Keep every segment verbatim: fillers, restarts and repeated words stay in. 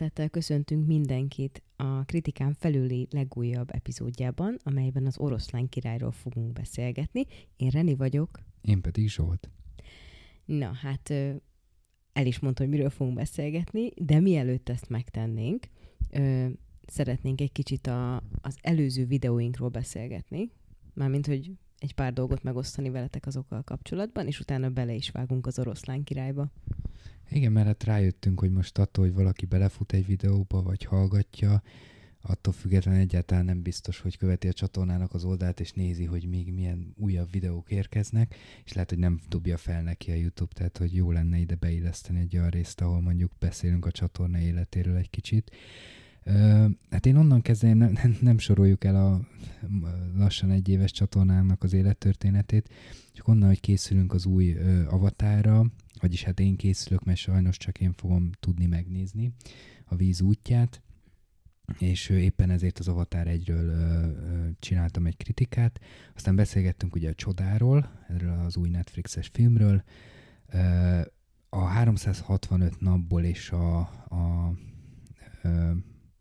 szeretettel köszöntünk mindenkit a Kritikán felüli legújabb epizódjában, amelyben az Oroszlán királyról fogunk beszélgetni. Én Reni vagyok. Én pedig Zsolt. Na, hát el is mondtam, hogy miről fogunk beszélgetni, de mielőtt ezt megtennénk, szeretnénk egy kicsit a, az előző videóinkról beszélgetni, mármint, hogy egy pár dolgot megosztani veletek azokkal kapcsolatban, és utána bele is vágunk az Oroszlán királyba. Igen, mert hát rájöttünk, hogy most attól, hogy valaki belefut egy videóba, vagy hallgatja, attól függetlenül egyáltalán nem biztos, hogy követi a csatornának az oldalt, és nézi, hogy még milyen újabb videók érkeznek, és lehet, hogy nem dobja fel neki a YouTube, tehát hogy jó lenne ide beilleszteni egy olyan részt, ahol mondjuk beszélünk a csatorna életéről egy kicsit. Uh, hát én onnan kezdeném, nem, nem, nem soroljuk el a lassan egy éves csatornának az élettörténetét, csak onnan, hogy készülünk az új uh, avatára, vagyis hát én készülök, mert sajnos csak én fogom tudni megnézni a víz útját, és uh, éppen ezért az Avatar egyről uh, uh, csináltam egy kritikát, aztán beszélgettünk ugye a Csodáról, erről az új Netflixes filmről, uh, a háromszázhatvanöt napból és a, a uh,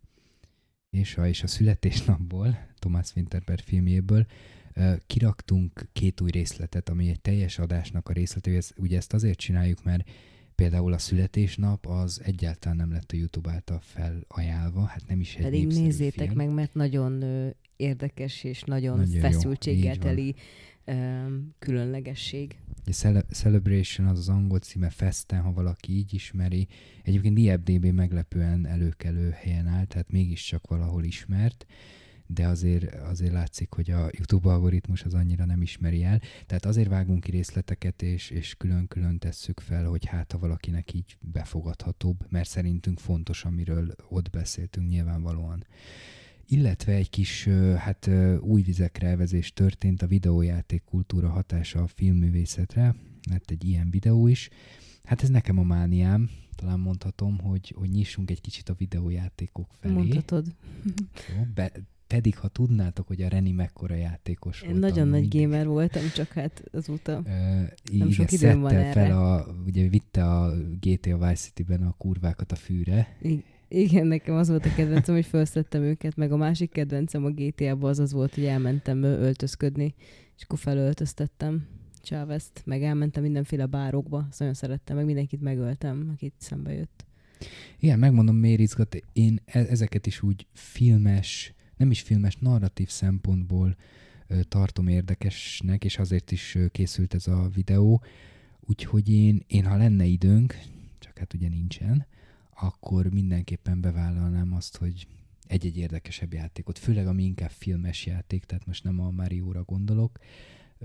és a, és a születésnapból, Thomas Winterberg filmjéből uh, kiraktunk két új részletet, ami egy teljes adásnak a részlete. Ugye ezt azért csináljuk, mert például a születésnap az egyáltalán nem lett a YouTube által felajánlva, hát nem is egy Pedig népszerű nézzétek film. meg, mert nagyon ö, érdekes és nagyon, Nagyon feszültséggel jó, teli ö, különlegesség. A Cele- Celebration az az angol címe, Festen, ha valaki így ismeri. Egyébként i em dé bé meglepően előkelő helyen áll, tehát mégiscsak valahol ismert, de azért, azért látszik, hogy a YouTube algoritmus az annyira nem ismeri el. Tehát azért vágunk ki részleteket, és, és külön-külön tesszük fel, hogy hát ha valakinek így befogadhatóbb, mert szerintünk fontos, amiről ott beszéltünk nyilvánvalóan. Illetve egy kis hát, új vizekre elvezés történt, a videójáték kultúra hatása a filmművészetre. Lett egy ilyen videó is. Hát ez nekem a mániám. Talán mondhatom, hogy, hogy nyissunk egy kicsit a videójátékok felé. Mondhatod. Jó, be, pedig ha tudnátok, hogy a Reni mekkora játékos volt. Én nagyon nagy mindig. gamer voltam, csak hát azóta uh, nem igen, sok időm van erre. Fel a, ugye vitte a gé té á Vice City-ben a kurvákat a fűre. I- Igen, nekem az volt a kedvencem, hogy felszettem őket, meg a másik kedvencem a gé té á-ban az az volt, hogy elmentem öltözködni, és akkor felöltöztettem Chávez-t, meg elmentem mindenféle bárokba, azt nagyon szerettem, meg mindenkit megöltem, akit szembe jött. Igen, megmondom, miért izgat. Én e- ezeket is úgy filmes, nem is filmes, narratív szempontból ö, tartom érdekesnek, és azért is ö, készült ez a videó. Úgyhogy én, én, ha lenne időnk, csak hát ugye nincsen, akkor mindenképpen bevállalnám azt, hogy egy-egy érdekesebb játékot, főleg ami inkább filmes játék, tehát most nem a Mario-ra gondolok, ö,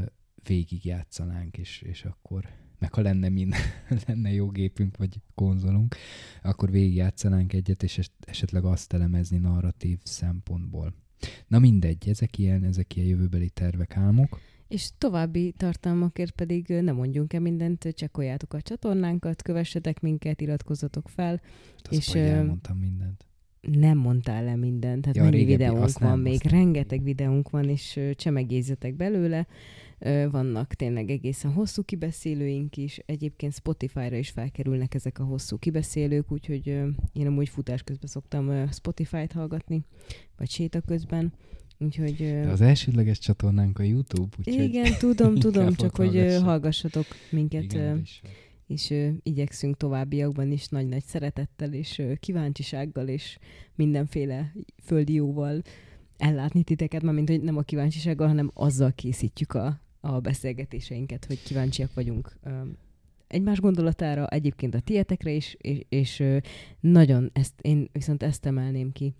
végig játszanánk, és, és akkor, meg ha lenne, min, lenne jó gépünk, vagy konzolunk, akkor végig játszanánk egyet, és esetleg azt elemezni narratív szempontból. Na mindegy, ezek ilyen, ezek ilyen jövőbeli tervek, álmok. És további tartalmakért pedig nem mondjunk el mindent, csekkoljátok a csatornánkat, kövessetek minket, iratkozzatok fel. Azt és hogy elmondtam mindent. Nem mondtál le mindent, tehát ja, mennyi régebbi, videónk van nem, még, rengeteg nem. videónk van, és csemegézzetek belőle. Vannak tényleg egészen hosszú kibeszélőink is, egyébként Spotify-ra is felkerülnek ezek a hosszú kibeszélők, úgyhogy én amúgy futás közben szoktam Spotify-t hallgatni, vagy séta közben. Úgyhogy, de az elsődleges csatornánk a YouTube, úgyhogy... Igen, tudom, tudom, csak hogy hallgassatok minket, igen, és igyekszünk továbbiakban is nagy-nagy szeretettel, és kíváncsisággal, és mindenféle földi jóval ellátni titeket, már mint hogy nem a kíváncsisággal, hanem azzal készítjük a, a beszélgetéseinket, hogy kíváncsiak vagyunk egymás gondolatára, egyébként a tietekre is, és, és nagyon ezt, én viszont ezt emelném ki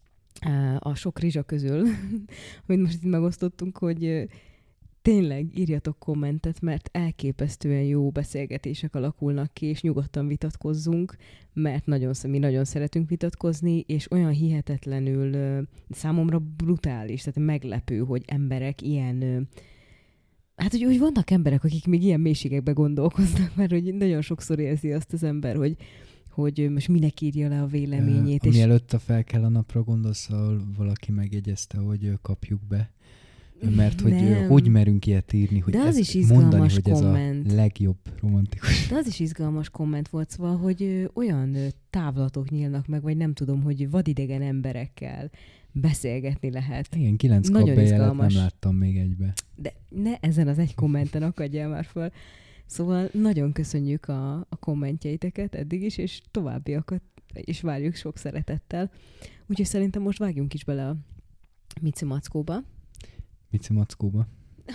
a sok rizsa közül, amit most itt megosztottunk, hogy tényleg írjatok kommentet, mert elképesztően jó beszélgetések alakulnak ki, és nyugodtan vitatkozzunk, mert nagyon, mi nagyon szeretünk vitatkozni, és olyan hihetetlenül számomra brutális, tehát meglepő, hogy emberek ilyen, hát hogy, hogy vannak emberek, akik még ilyen mélységekbe gondolkoznak, mert hogy nagyon sokszor érzi azt az ember, hogy hogy most minek írja le a véleményét. Uh, és... Mielőtt a fel kell a napra gondolsz, ahol valaki megjegyezte, hogy kapjuk be mert hogy Nem. hogy merünk ilyet írni, hogy De az ez is izgalmas mondani, hogy komment. ez a legjobb romantikus. De az is izgalmas komment volt, szóval, hogy ö, olyan ö, távlatok nyílnak meg, vagy nem tudom, hogy vadidegen emberekkel beszélgetni lehet. Igen, kilenc Nagyon kapbejelet nem izgalmas. láttam még egybe. De ne ezen az egy kommenten akadjál már föl. Szóval nagyon köszönjük a, a kommentjeiteket eddig is, és továbbiakat is várjuk sok szeretettel. Úgyhogy szerintem most vágjunk is bele a Mici Mackóba. Mici Mackóba.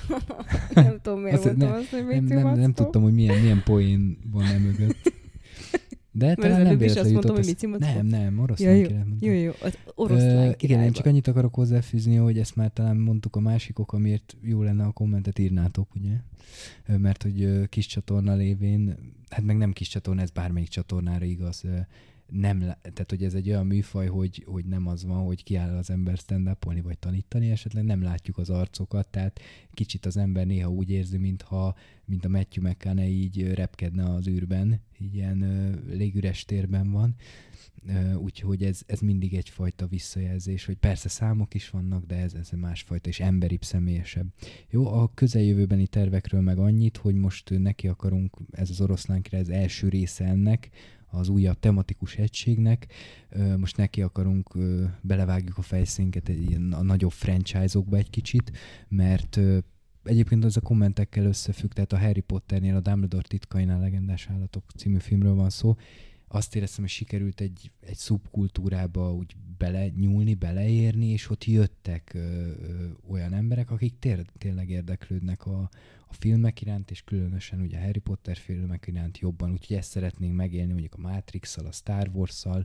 Nem tudom, miért Azt, mondtam ne, azt, hogy nem, Mici nem, Mackó. nem tudtam, hogy milyen, milyen poén van e mögött. De Mert talán nem előbb is véletlenül azt mondtam, jutott. hogy Mici Mackó. Nem, nem, Ja, oroszlán jó, király mondtam. jó, jó, az oroszlán Ö, királyba. Igen, én csak annyit akarok hozzáfűzni, hogy ezt már talán mondtuk a másikok, amiért jó lenne, a kommentet írnátok, ugye? Ö, Mert hogy ö, kis csatorna lévén, hát meg nem kis csatorna, ez bármelyik csatornára igaz, ö, nem, lá- tehát hogy ez egy olyan műfaj, hogy, hogy nem az van, hogy kiáll az ember stand-upolni vagy tanítani, esetleg nem látjuk az arcokat, tehát kicsit az ember néha úgy érzi, mintha, mint a Matthew McConaughey így ö, repkedne az űrben, így ilyen ö, légüres térben van. Ö, Úgyhogy ez, ez mindig egyfajta visszajelzés, hogy persze számok is vannak, de ez, ez másfajta és emberibb, személyesebb. Jó, a közeljövőbeni tervekről meg annyit, hogy most ö, neki akarunk, ez az Oroszlán király, az első része ennek, az újabb tematikus egységnek. Ö, Most neki akarunk, ö, belevágjuk a fejszénket egy ilyen, a nagyobb franchise-okba egy kicsit, mert ö, egyébként az a kommentekkel összefügg, tehát a Harry Potternél, a Dumbledore titkainál legendás állatok című filmről van szó. Azt éreztem, hogy sikerült egy, egy szubkultúrába úgy belenyúlni, beleérni, és ott jöttek ö, ö, olyan emberek, akik tér, tényleg érdeklődnek a, a filmek iránt, és különösen ugye a Harry Potter filmek iránt jobban, úgyhogy ezt szeretnénk megélni mondjuk a Matrix-szal, a Star Wars-szal,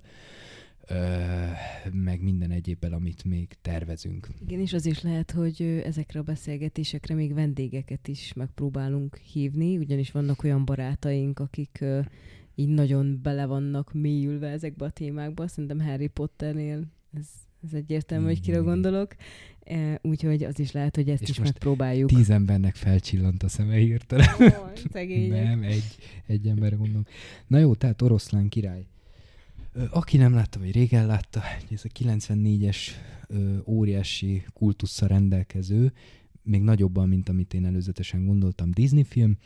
ö, meg minden egyébbel, amit még tervezünk. Igen, és az is lehet, hogy ö, ezekre a beszélgetésekre még vendégeket is megpróbálunk hívni, ugyanis vannak olyan barátaink, akik ö, így nagyon bele vannak mélyülve ezekbe a témákba. Szerintem Harry Potternél ez, ez egyértelmű, hogy kire Igen. gondolok. E, úgyhogy az is lehet, hogy ezt És is most megpróbáljuk. Tíz embernek felcsillant a szeme hirtelen. Ó, szegények. Nem, egy, egy emberre gondolom. Na jó, tehát Oroszlán király. Ö, Aki nem látta, vagy régen látta, ez a kilencvennégyes ö, óriási kultusszal rendelkező, még nagyobban, mint amit én előzetesen gondoltam, Disney film.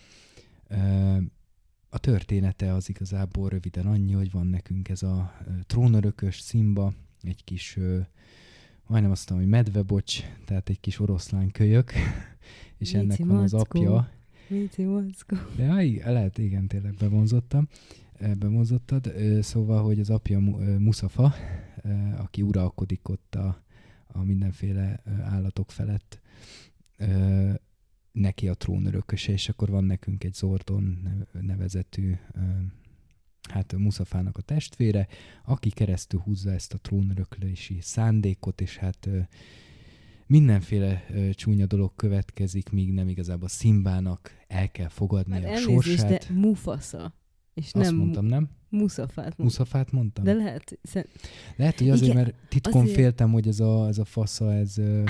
Ö, A története az igazából röviden annyi, hogy van nekünk ez a ö, trónörökös Simba, egy kis, ö, majdnem azt mondom, hogy medvebocs, tehát egy kis oroszlán kölyök, és Mici ennek van az Mackó. apja. Mici Mackó. De ja, igen, lehet, igen, tényleg bevonzottam. Ö, Bevonzottad. Ö, Szóval, hogy az apja Mu- ö, Mustafa, ö, aki uralkodik ott a, a mindenféle ö, állatok felett, ö, neki a trónörököse, és akkor van nekünk egy Zordon nev- nevezetű, ö, hát Mustafának a testvére, aki keresztül húzza ezt a trónöröklési szándékot, és hát ö, mindenféle ö, csúnya dolog következik, míg nem igazából Szimbának el kell fogadni Már a elnézést, sorsát. de Mufasa. És Azt nem mondtam, nem? Muszafát mondtam. Muszafát mondtam? De lehet, hiszen Lehet, hogy azért, Igen, mert titkon azért- féltem, hogy ez a, ez a fasza, ez, ö,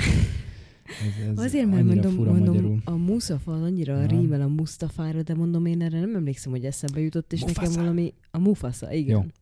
ez, ez azért, mert annyira mondom, fura mondom magyarul. a Muszafa az annyira Ja. rímel a Mustafára, de mondom, én erre nem emlékszem, hogy eszembe jutott, és Mufasa. nekem valami a Mufasa, igen. Jó.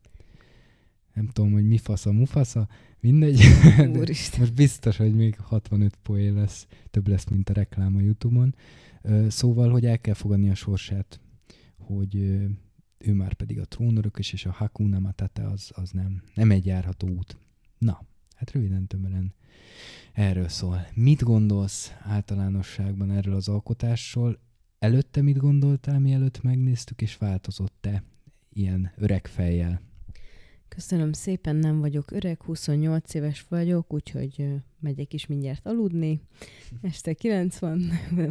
Nem tudom, hogy mi fasza, mufasza, mindegy. De Úristen. most biztos, hogy még hatvanöt poén lesz, több lesz, mint a reklám a YouTube-on. Ö, Szóval, hogy el kell fogadni a sorsát, hogy ö, ő már pedig a trónörökös, és a Hakuna Matata az, az nem, nem egy járható út. Na, hát röviden tömören erről szól. Mit gondolsz általánosságban erről az alkotásról? Előtte mit gondoltál, mielőtt megnéztük, és változott-e ilyen öreg fejjel? Köszönöm szépen, nem vagyok öreg, huszonnyolc éves vagyok, úgyhogy ö, megyek is mindjárt aludni. Este kilenc van.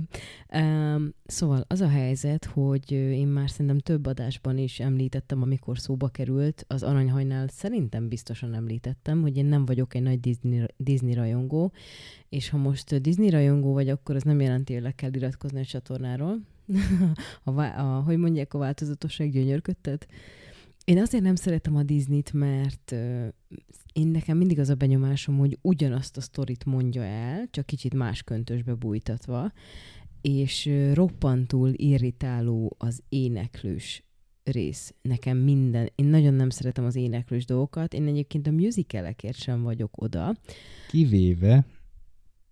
um, szóval az a helyzet, hogy ö, én már szerintem több adásban is említettem, amikor szóba került, az Aranyhajnál szerintem biztosan említettem, hogy én nem vagyok egy nagy Disney, Disney rajongó, és ha most ö, Disney rajongó vagy, akkor az nem jelenti, hogy le kell iratkozni a csatornáról. a, vá- a, hogy mondják, a változatosság gyönyörködtet. Én azért nem szeretem a Disneyt, mert uh, én nekem mindig az a benyomásom, hogy ugyanazt a sztorit mondja el, csak kicsit más köntösbe bújtatva, és uh, roppantul irritáló az éneklős rész. Nekem minden, én nagyon nem szeretem az éneklős dolgokat, én egyébként a musicalekért sem vagyok oda. Kivéve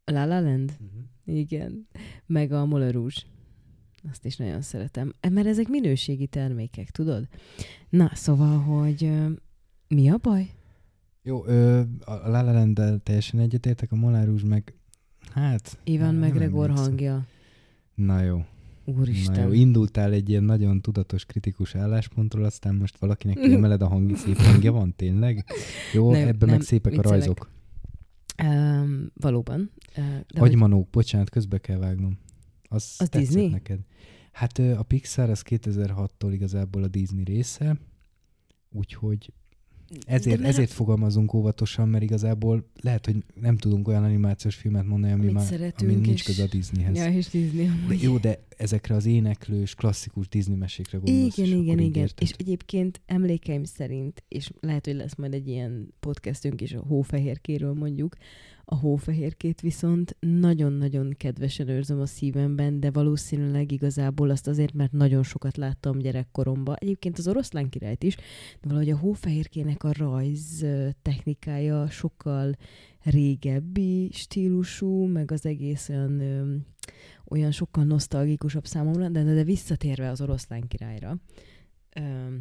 A La La Land? Uh-huh. Igen. Meg a Moulin Rouge. Azt is nagyon szeretem. Mert ezek minőségi termékek, tudod? Na, szóval, hogy ö, mi a baj? Jó, ö, a La La Land-del teljesen egyetértek, a Moulin Rouge meg hát... Ivan McGregor hangja. Na jó. Úristen. Na jó, indultál egy ilyen nagyon tudatos, kritikus álláspontról, aztán most valakinek kiemeled a hangi, szép hangja van, tényleg? Jó, nem, ebben meg szépek viccelek. A rajzok. Um, valóban. Uh, Agymanók, hogy... bocsánat, közbe kell vágnom. Az, az Disney? Neked. Hát a Pixar az kétezer-hattól igazából a Disney része, úgyhogy ezért, mert... ezért fogalmazunk óvatosan, mert igazából lehet, hogy nem tudunk olyan animációs filmet mondani, ami, már, ami nincs köze a Disneyhez. Ja, és Disney. De jó, de ezekre az éneklős, klasszikus Disney mesékre gondolsz. Igen, igen, igen. És egyébként emlékeim szerint, és lehet, hogy lesz majd egy ilyen podcastünk is a Hófehérkéről mondjuk, a Hófehérkét viszont nagyon-nagyon kedvesen őrzöm a szívemben, de valószínűleg igazából azt azért, mert nagyon sokat láttam gyerekkoromban. Egyébként az Oroszlán királyt is, de valahogy a Hófehérkének a rajz technikája sokkal régebbi stílusú, meg az egész olyan, ö, olyan sokkal nosztalgikusabb számomra, de, de visszatérve az Oroszlán királyra, ö,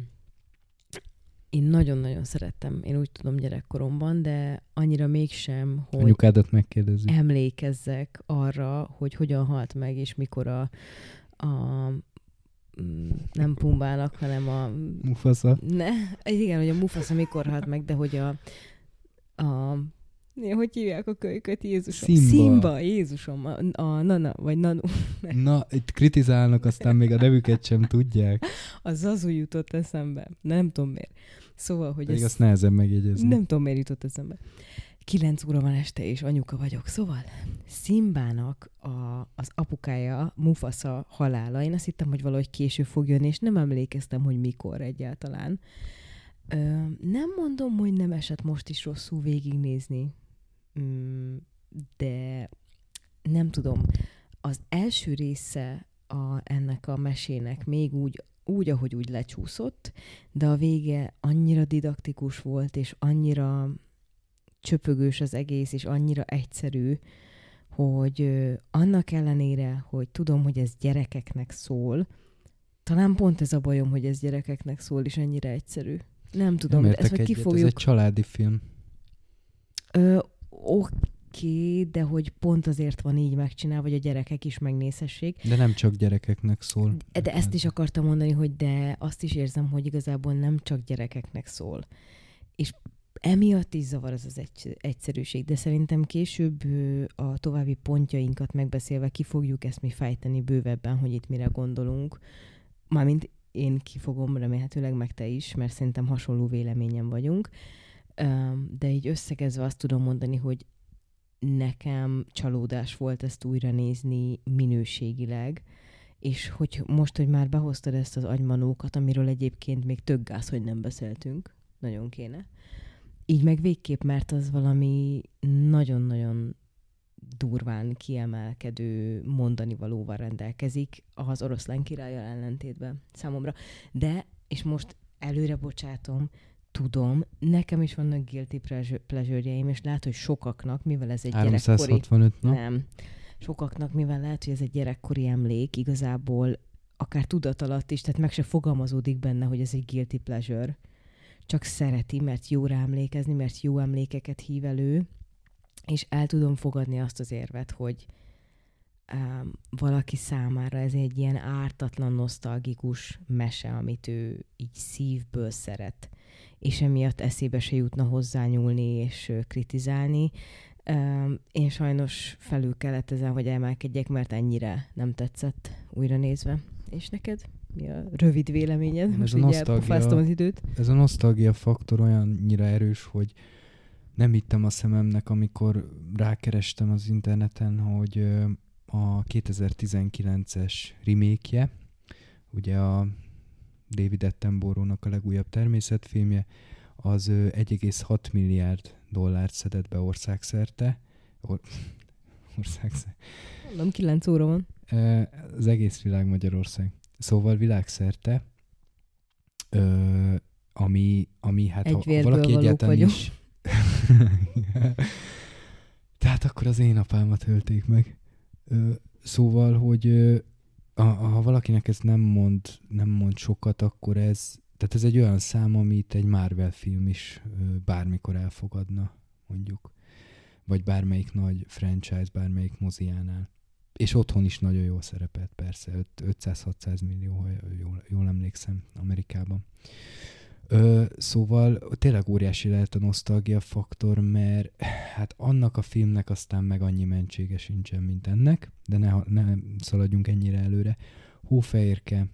én nagyon-nagyon szerettem, én úgy tudom gyerekkoromban, de annyira mégsem, hogy anyukádat megkérdezzük. Emlékezzek arra, hogy hogyan halt meg, és mikor a, a nem Pumbának, hanem a... Mufasa. Ne, igen, hogy a Mufasa mikor halt meg, de hogy a... a hogy hívják a kölyköt? Jézusom. Simba. Simba, Jézusom. A, a Nana, vagy Nanu. Na, itt kritizálnak, aztán még a nevüket sem tudják. A Zazu jutott eszembe. De nem tudom miért. Szóval, hogy Pedig ez... azt nehezen megjegyezni. Nem tudom, miért jutott eszembe. Kilenc óra van este, és anyuka vagyok. Szóval Simbának a, az apukája, Mufasa halála. Én azt hittem, hogy valahogy később fog jönni, és nem emlékeztem, hogy mikor egyáltalán. Ö, nem mondom, hogy nem esett most is rosszul végignézni. De nem tudom, az első része a, ennek a mesének még úgy, úgy, ahogy úgy lecsúszott, de a vége annyira didaktikus volt, és annyira csöpögős az egész, és annyira egyszerű, hogy ö, annak ellenére, hogy tudom, hogy ez gyerekeknek szól, talán pont ez a bajom, hogy ez gyerekeknek szól, és ennyire egyszerű. Nem tudom, nem de ezt egyet, kifogjuk. Ez egy családi film. Ö, Oké, okay, de hogy pont azért van így megcsinálva, hogy a gyerekek is megnézhessék. De nem csak gyerekeknek szól. De ezt is akartam mondani, hogy de azt is érzem, hogy igazából nem csak gyerekeknek szól. És emiatt is zavar az az egy, egyszerűség. De szerintem később a további pontjainkat megbeszélve ki fogjuk ezt mi fejteni bővebben, hogy itt mire gondolunk. Mármint én ki fogom, remélhetőleg meg te is, mert szerintem hasonló véleményen vagyunk. De így összegezve azt tudom mondani, hogy nekem csalódás volt ezt újra nézni minőségileg, és hogy most, hogy már behoztad ezt az agymanókat, amiről egyébként még tök gáz, hogy nem beszéltünk, nagyon kéne. Így meg végképp, mert az valami nagyon-nagyon durván kiemelkedő mondani valóval rendelkezik az Oroszlán királlyal ellentétben számomra. De, és most előre bocsátom, tudom, nekem is vannak guilty pleasure-jeim, és lehet, hogy sokaknak, mivel ez egy háromszázhatvanöt, gyerekkori... Nem. Sokaknak, mivel lehet, hogy ez egy gyerekkori emlék, igazából akár tudat alatt is, tehát meg se fogalmazódik benne, hogy ez egy guilty pleasure. Csak szereti, mert jó rá emlékezni, mert jó emlékeket hív elő, és el tudom fogadni azt az érvet, hogy um, valaki számára ez egy ilyen ártatlan, nosztalgikus mese, amit ő így szívből szeret, és emiatt eszébe se jutna hozzányúlni és kritizálni. Én sajnos felül kellett ezen, hogy emelkedjek, mert ennyire nem tetszett újra nézve. És neked? Mi a rövid véleményed? Ez most a így nosztalgia, az időt. Ez a nosztalgia faktor olyannyira erős, hogy nem hittem a szememnek, amikor rákerestem az interneten, hogy a kétezer-tizenkilences remake-je, ugye a David Attenborough-nak a legújabb természetfilmje, az egy egész hat milliárd dollárt szedett be országszerte. Or- országszerte. Mondom, kilenc óra van. Az egész világ Magyarország. Szóval világszerte, ö, ami, ami hát egy ha, ha valaki egyáltalán vagyok. is... Tehát akkor akkor az én apámat ölték meg. Ö, szóval, hogy ö, a, ha valakinek ez nem mond, nem mond sokat, akkor ez, tehát ez egy olyan szám, amit egy Marvel film is ö, bármikor elfogadna, mondjuk. Vagy bármelyik nagy franchise, bármelyik moziánál. És otthon is nagyon jól szerepelt, persze, ötszáz-hatszáz millió, ha jól, jól emlékszem, Amerikában. Ö, szóval tényleg óriási lehet a nosztalgia faktor, mert hát annak a filmnek aztán meg annyi mentsége sincsen, mint ennek, de ne, ne szaladjunk ennyire előre. Hófehérke,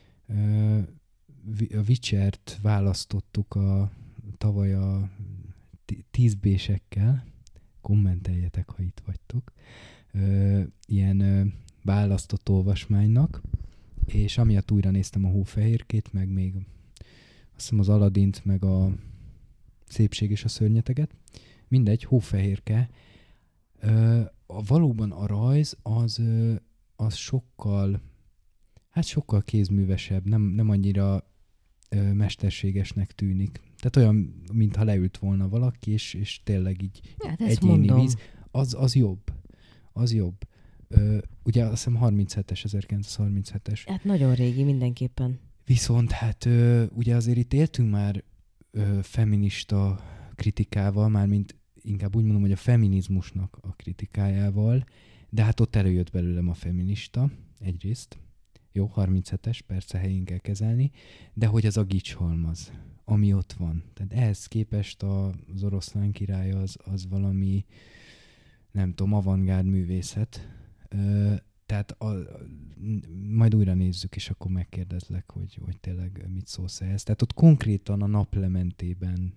ö, a Witchert választottuk a tavaly a tíz bésekkel, kommenteljetek, ha itt vagytok, ö, ilyen ö, választott olvasmánynak, és amiatt újra néztem a Hófehérkét, meg még azt hiszem az Aladint, meg a Szépség és a szörnyeteget. Mindegy, Hófehérke. Ö, a, valóban a rajz az, ö, az sokkal, hát sokkal kézművesebb, nem, nem annyira ö, mesterségesnek tűnik. Tehát olyan, mintha leült volna valaki, és, és tényleg így hát egyéni mondom. víz. Az, az jobb. Az jobb. Ö, ugye azt hiszem harminchetes, ezerkilencszázharminchetes. Hát nagyon régi mindenképpen. Viszont hát ö, ugye azért itt éltünk már ö, feminista kritikával, mármint inkább úgy mondom, hogy a feminizmusnak a kritikájával, de hát ott előjött belőlem a feminista egyrészt. Jó, harminchetes, persze helyén kell kezelni, de hogy az a gicshalmaz, ami ott van. Tehát ehhez képest az Oroszlán király az, az valami, nem tudom, avantgárd művészet. Ö, tehát a, a, majd újra nézzük, és akkor megkérdezlek, hogy, hogy tényleg mit szólsz ehhez. Tehát ott konkrétan a naplementében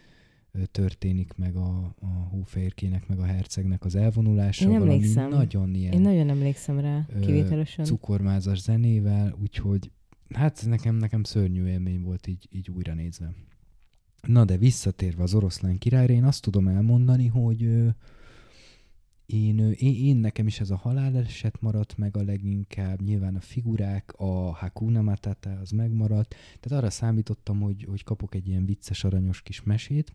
történik meg a, a Hófehérkének, meg a hercegnek az elvonulása. Én valami emlékszem. nagyon ilyen Én nagyon emlékszem rá, kivételesen. cukormázas zenével, úgyhogy hát nekem, nekem szörnyű élmény volt így, így újra nézve. Na de visszatérve az Oroszlán királyra, én azt tudom elmondani, hogy ö, én, ö, én, én nekem is ez a haláleset maradt meg a leginkább, nyilván a figurák, a Hakuna Matata az megmaradt, tehát arra számítottam, hogy, hogy kapok egy ilyen vicces, aranyos kis mesét.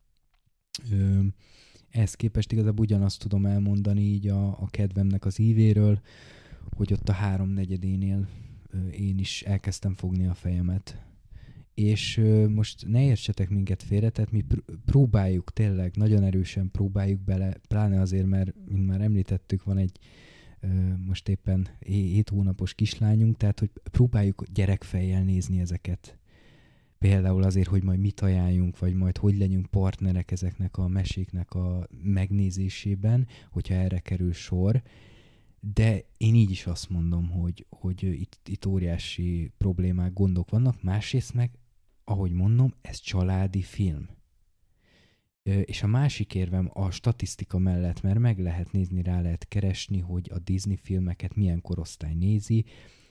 Ö, ehhez képest igazából ugyanazt tudom elmondani így a, a kedvemnek az ívéről, hogy ott a háromnegyedénél ö, én is elkezdtem fogni a fejemet. És ö, most ne értsetek minket félre, tehát mi pr- próbáljuk tényleg, nagyon erősen próbáljuk bele, pláne azért, mert, mint már említettük, van egy ö, most éppen hét hónapos kislányunk, tehát hogy próbáljuk gyerekfejjel nézni ezeket. Például azért, hogy majd mit ajánljunk, vagy majd hogy legyünk partnerek ezeknek a meséknek a megnézésében, hogyha erre kerül sor. De én így is azt mondom, hogy, hogy itt, itt óriási problémák, gondok vannak. Másrészt meg, ahogy mondom, ez családi film. És a másik érvem a statisztika mellett, mert meg lehet nézni, rá lehet keresni, hogy a Disney filmeket milyen korosztály nézi.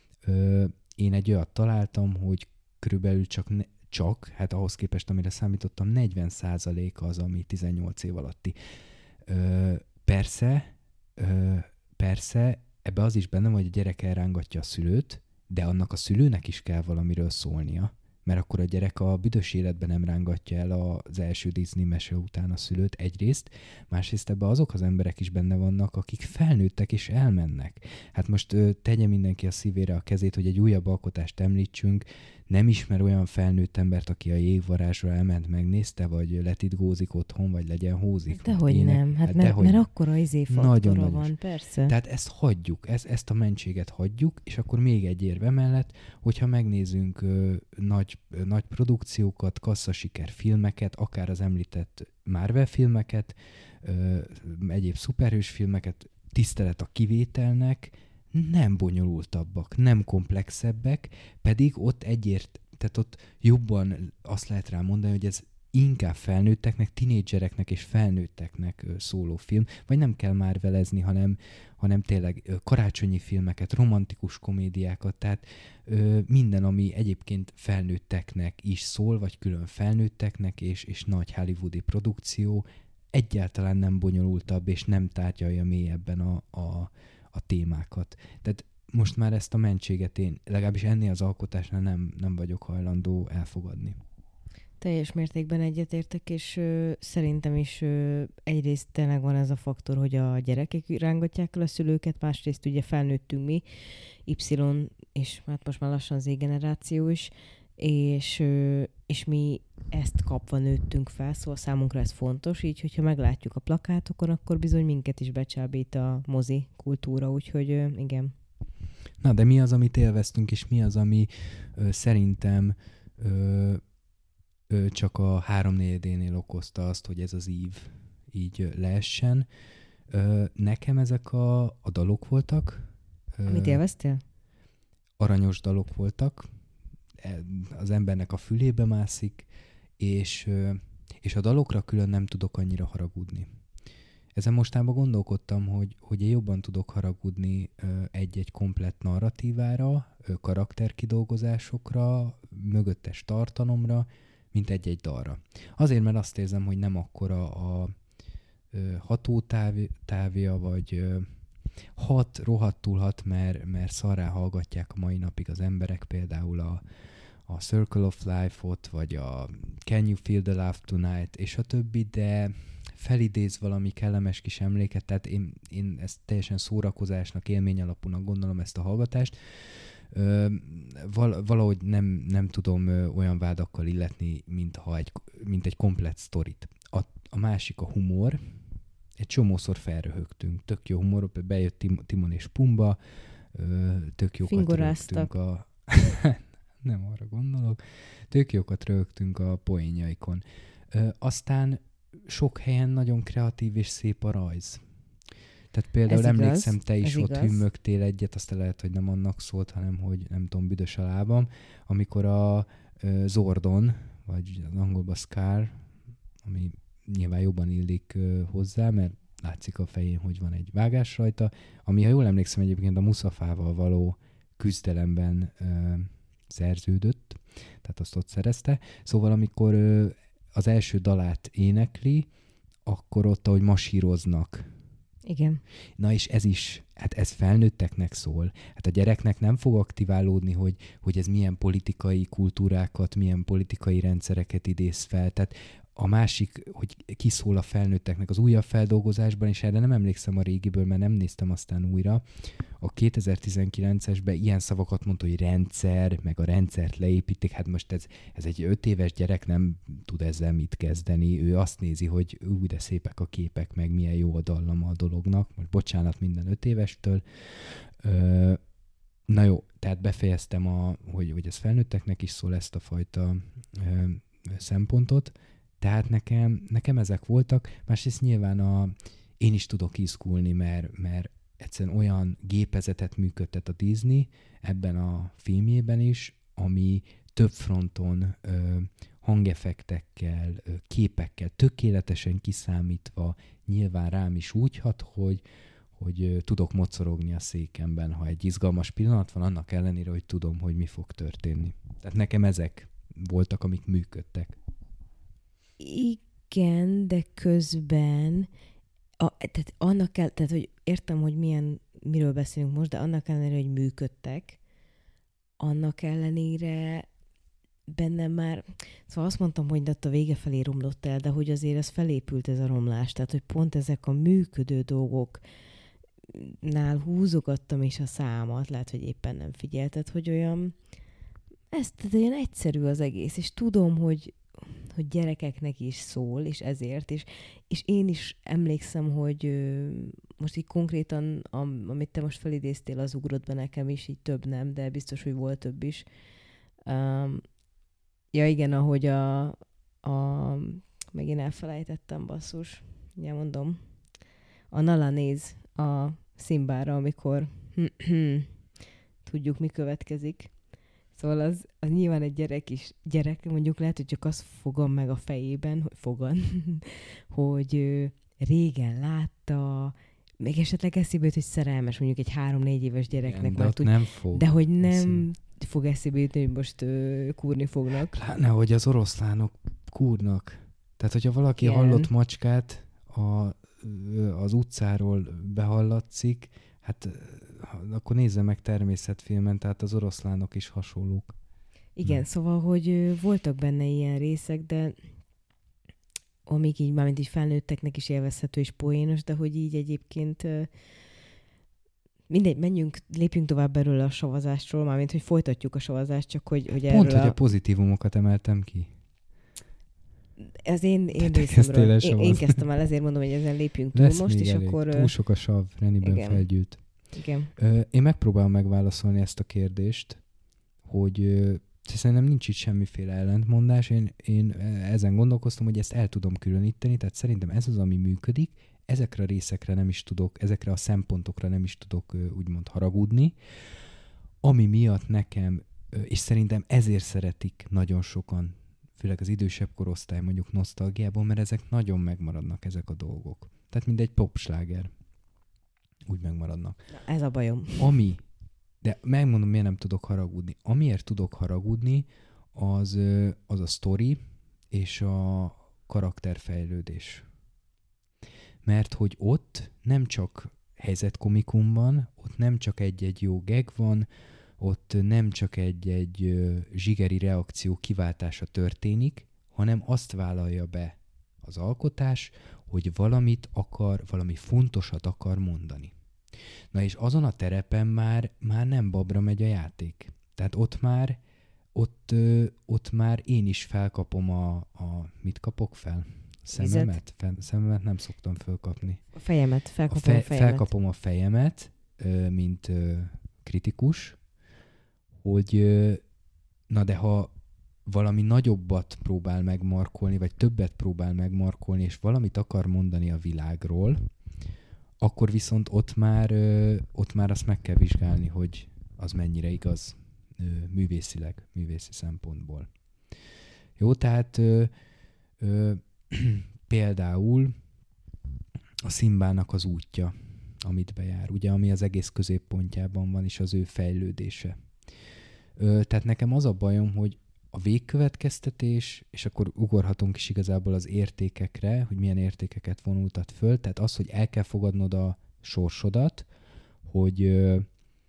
Én egy olyat találtam, hogy körülbelül csak, ne, csak, hát ahhoz képest, amire számítottam, negyven százalék az, ami tizennyolc év alatti. Persze, persze, ebbe az is benne, hogy a gyerek elrángatja a szülőt, de annak a szülőnek is kell valamiről szólnia, mert akkor a gyerek a büdös életben nem rángatja el az első Disney mese után a szülőt egyrészt, másrészt ebben azok az emberek is benne vannak, akik felnőttek és elmennek. Hát most ö, tegye mindenki a szívére a kezét, hogy egy újabb alkotást említsünk, nem ismer olyan felnőtt embert, aki a Jégvarázsra elment, megnézte, vagy letitgózik otthon, vagy legyen hózik. Dehogy ének. Nem, hát, hát mert, mert akkora izé faktora van, persze. Tehát ezt hagyjuk, ezt, ezt a mentséget hagyjuk, és akkor még egy érve mellett, hogyha megnézünk ö, nagy, ö, nagy produkciókat, kasszasiker filmeket, akár az említett Marvel filmeket, ö, egyéb szuperhős filmeket, tisztelet a kivételnek, nem bonyolultabbak, nem komplexebbek, pedig ott egyért, tehát ott jobban azt lehet rá mondani, hogy ez inkább felnőtteknek, tinédzsereknek és felnőtteknek szóló film, vagy nem kell már velezni, hanem, hanem tényleg karácsonyi filmeket, romantikus komédiákat, tehát ö, minden, ami egyébként felnőtteknek is szól, vagy külön felnőtteknek, és, és nagy hollywoodi produkció, egyáltalán nem bonyolultabb, és nem tárgyalja mélyebben a, a a témákat. Tehát most már ezt a mentséget én legalábbis ennél az alkotásnál nem, nem vagyok hajlandó elfogadni. Teljes mértékben egyetértek, és ö, szerintem is ö, egyrészt tényleg van ez a faktor, hogy a gyerekek rángatják el a szülőket, másrészt ugye felnőttünk mi, Y, és hát most már lassan Z generáció is, és, ö, és mi ezt kapva nőttünk fel, szóval számunkra ez fontos, így hogyha meglátjuk a plakátokon, akkor bizony minket is becsábít a mozi kultúra, úgyhogy ö, igen. Na, de mi az, amit élveztünk, és mi az, ami ö, szerintem ö, ö, csak a háromnegyedénél okozta azt, hogy ez az ív így ö, leessen. Ö, nekem ezek a, a dalok voltak. Ö, Amit élveztél? Aranyos dalok voltak. Az embernek a fülébe mászik, és, ö, és a dalokra külön nem tudok annyira haragudni. Ezen mostában gondolkodtam, hogy, hogy én jobban tudok haragudni ö, egy-egy komplett narratívára, ö, karakterkidolgozásokra, mögöttes tartalomra, mint egy-egy dalra. Azért, mert azt érzem, hogy nem akkora a ö, hatótávja, vagy ö, hat, rohadtul hat, mert, mert szarrá hallgatják a mai napig az emberek, például a, a Circle of Life-ot, vagy a Can You Feel the Love Tonight, és a többi, de felidéz valami kellemes kis emléket, tehát én, én ezt teljesen szórakozásnak, élmény alapúnak gondolom ezt a hallgatást. Ö, val, valahogy nem, nem tudom ö, olyan vádakkal illetni, mint, ha egy, mint egy komplett sztorit. A, a másik a humor. Egy csomószor felröhögtünk. Tök jó humor, bejött Tim, Timon és Pumba, ö, tök jókat röhögtünk a... nem arra gondolok. Tök jókat röhögtünk a poénjaikon. Ö, aztán sok helyen nagyon kreatív és szép a rajz. Tehát például ez emlékszem, igaz, te is ott igaz. Hümmögtél egyet, aztán lehet, hogy nem annak szólt, hanem hogy nem tudom, büdös a lábam, amikor a uh, Zordon, vagy az angolban Scar, ami nyilván jobban illik uh, hozzá, mert látszik a fején, hogy van egy vágás rajta, ami, ha jól emlékszem, egyébként a Muszafával való küzdelemben uh, szerződött, tehát azt ott szerezte. Szóval amikor uh, az első dalát énekli, akkor ott, ahogy masíroznak. Igen. Na és ez is, hát ez felnőtteknek szól. Hát a gyereknek nem fog aktiválódni, hogy, hogy ez milyen politikai kultúrákat, milyen politikai rendszereket idéz fel. Tehát a másik, hogy kiszól a felnőtteknek az újabb feldolgozásban, és erre nem emlékszem a régiből, mert nem néztem aztán újra. A kétezer-tizenkilencesben ilyen szavakat mondta, hogy rendszer, meg a rendszert leépítik. Hát most ez, ez egy öt éves gyerek nem tud ezzel mit kezdeni. Ő azt nézi, hogy ú, de szépek a képek, meg milyen jó a dallama a dolognak. Most bocsánat minden öt évestől. Ö, na jó, tehát befejeztem, a, hogy, hogy ez felnőtteknek is szól, ezt a fajta ö, szempontot. Tehát nekem, nekem ezek voltak. Másrészt nyilván a, én is tudok izgulni, mert, mert egyszerűen olyan gépezetet működtet a Disney ebben a filmjében is, ami több fronton ö, hangeffektekkel, ö, képekkel, tökéletesen kiszámítva nyilván rám is úgy hat, hogy, hogy ö, tudok mocorogni a székemben, ha egy izgalmas pillanat van, annak ellenére, hogy tudom, hogy mi fog történni. Tehát nekem ezek voltak, amik működtek. Igen, de közben a, tehát annak kell, tehát hogy értem, hogy milyen, miről beszélünk most, de annak ellenére, hogy működtek, annak ellenére bennem már, szóval azt mondtam, hogy ott a vége felé romlott el, de hogy azért ez felépült ez a romlás, tehát hogy pont ezek a működő dolgoknál húzogattam is a számat, lehet, hogy éppen nem figyelted, hogy olyan, ez tehát olyan egyszerű az egész, és tudom, hogy hogy gyerekeknek is szól, és ezért, és, és én is emlékszem, hogy ö, most így konkrétan, am, amit te most felidéztél, az ugrott be nekem is, így több nem, de biztos, hogy volt több is. Um, ja igen, ahogy a, a megint elfelejtettem, basszus, ugye mondom, a Nala néz a Szimbára, amikor tudjuk, mi következik. Szóval az, az nyilván egy gyerek is, gyerek mondjuk lehet, hogy csak azt fogom meg a fejében, hogy fogan, hogy ő régen látta, még esetleg eszébe jut, hogy szerelmes, mondjuk egy három-négy éves gyereknek. Igen, de ott tud, nem fog. De hogy nem eszébe. Fog eszébe jutni, hogy most ö, kúrni fognak. Pláne, hogy az oroszlánok kúrnak. Tehát, hogyha valaki igen. hallott macskát, a, az utcáról behallatszik, hát akkor nézze meg természetfilmen, tehát az oroszlánok is hasonlók. Igen, Na. szóval, hogy ö, voltak benne ilyen részek, de amik így, mármint így felnőtteknek is élvezhető és poénos, de hogy így egyébként ö, mindegy, menjünk, lépjünk tovább erről a savazástról, mármint, hogy folytatjuk a savazást, csak hogy, hogy Pont, erről hogy a... a pozitívumokat emeltem ki. Ez én, én Te kezdtél el részemről. Én, én savazni. kezdtem el, ezért mondom, hogy ezen lépjünk túl Lesz most, még és elég. akkor... ö, Túl sok a sav, Reniben igen. felgyűlt. Igen. Ö, én megpróbálom megválaszolni ezt a kérdést, hogy ö, szerintem nincs itt semmiféle ellentmondás. Én, én ezen gondolkoztam, hogy ezt el tudom különíteni, tehát szerintem ez az, ami működik. Ezekre a részekre nem is tudok, ezekre a szempontokra nem is tudok ö, úgymond haragudni. Ami miatt nekem, ö, és szerintem ezért szeretik nagyon sokan, főleg az idősebb korosztály mondjuk nosztalgiából, mert ezek nagyon megmaradnak ezek a dolgok. Tehát mint egy popsláger. Úgy megmaradnak. Na, ez a bajom. Ami, de megmondom, miért nem tudok haragudni. Amiért tudok haragudni, az, ö, az a sztori és a karakterfejlődés. Mert hogy ott nem csak helyzetkomikum van, ott nem csak egy-egy jó gag van, ott nem csak egy-egy ö, zsigeri reakció kiváltása történik, hanem azt vállalja be az alkotás, hogy valamit akar, valami fontosat akar mondani. Na és azon a terepen már, már nem babra megy a játék. Tehát ott már, ott, ö, ott már én is felkapom a, a mit kapok fel? Szememet? Fe, szememet nem szoktam fölkapni. A fejemet, A felkapom fe, a fejemet. felkapom a fejemet, ö, mint ö, kritikus, hogy ö, na de ha valami nagyobbat próbál megmarkolni, vagy többet próbál megmarkolni, és valamit akar mondani a világról, akkor viszont ott már, ö, ott már azt meg kell vizsgálni, hogy az mennyire igaz ö, művészileg, művészi szempontból. Jó, tehát ö, ö, például a Szimbának az útja, amit bejár, ugye, ami az egész középpontjában van, és az ő fejlődése. Ö, tehát nekem az a bajom, hogy a végkövetkeztetés, és akkor ugorhatunk is igazából az értékekre, hogy milyen értékeket vonultat föl, tehát az, hogy el kell fogadnod a sorsodat, hogy ö,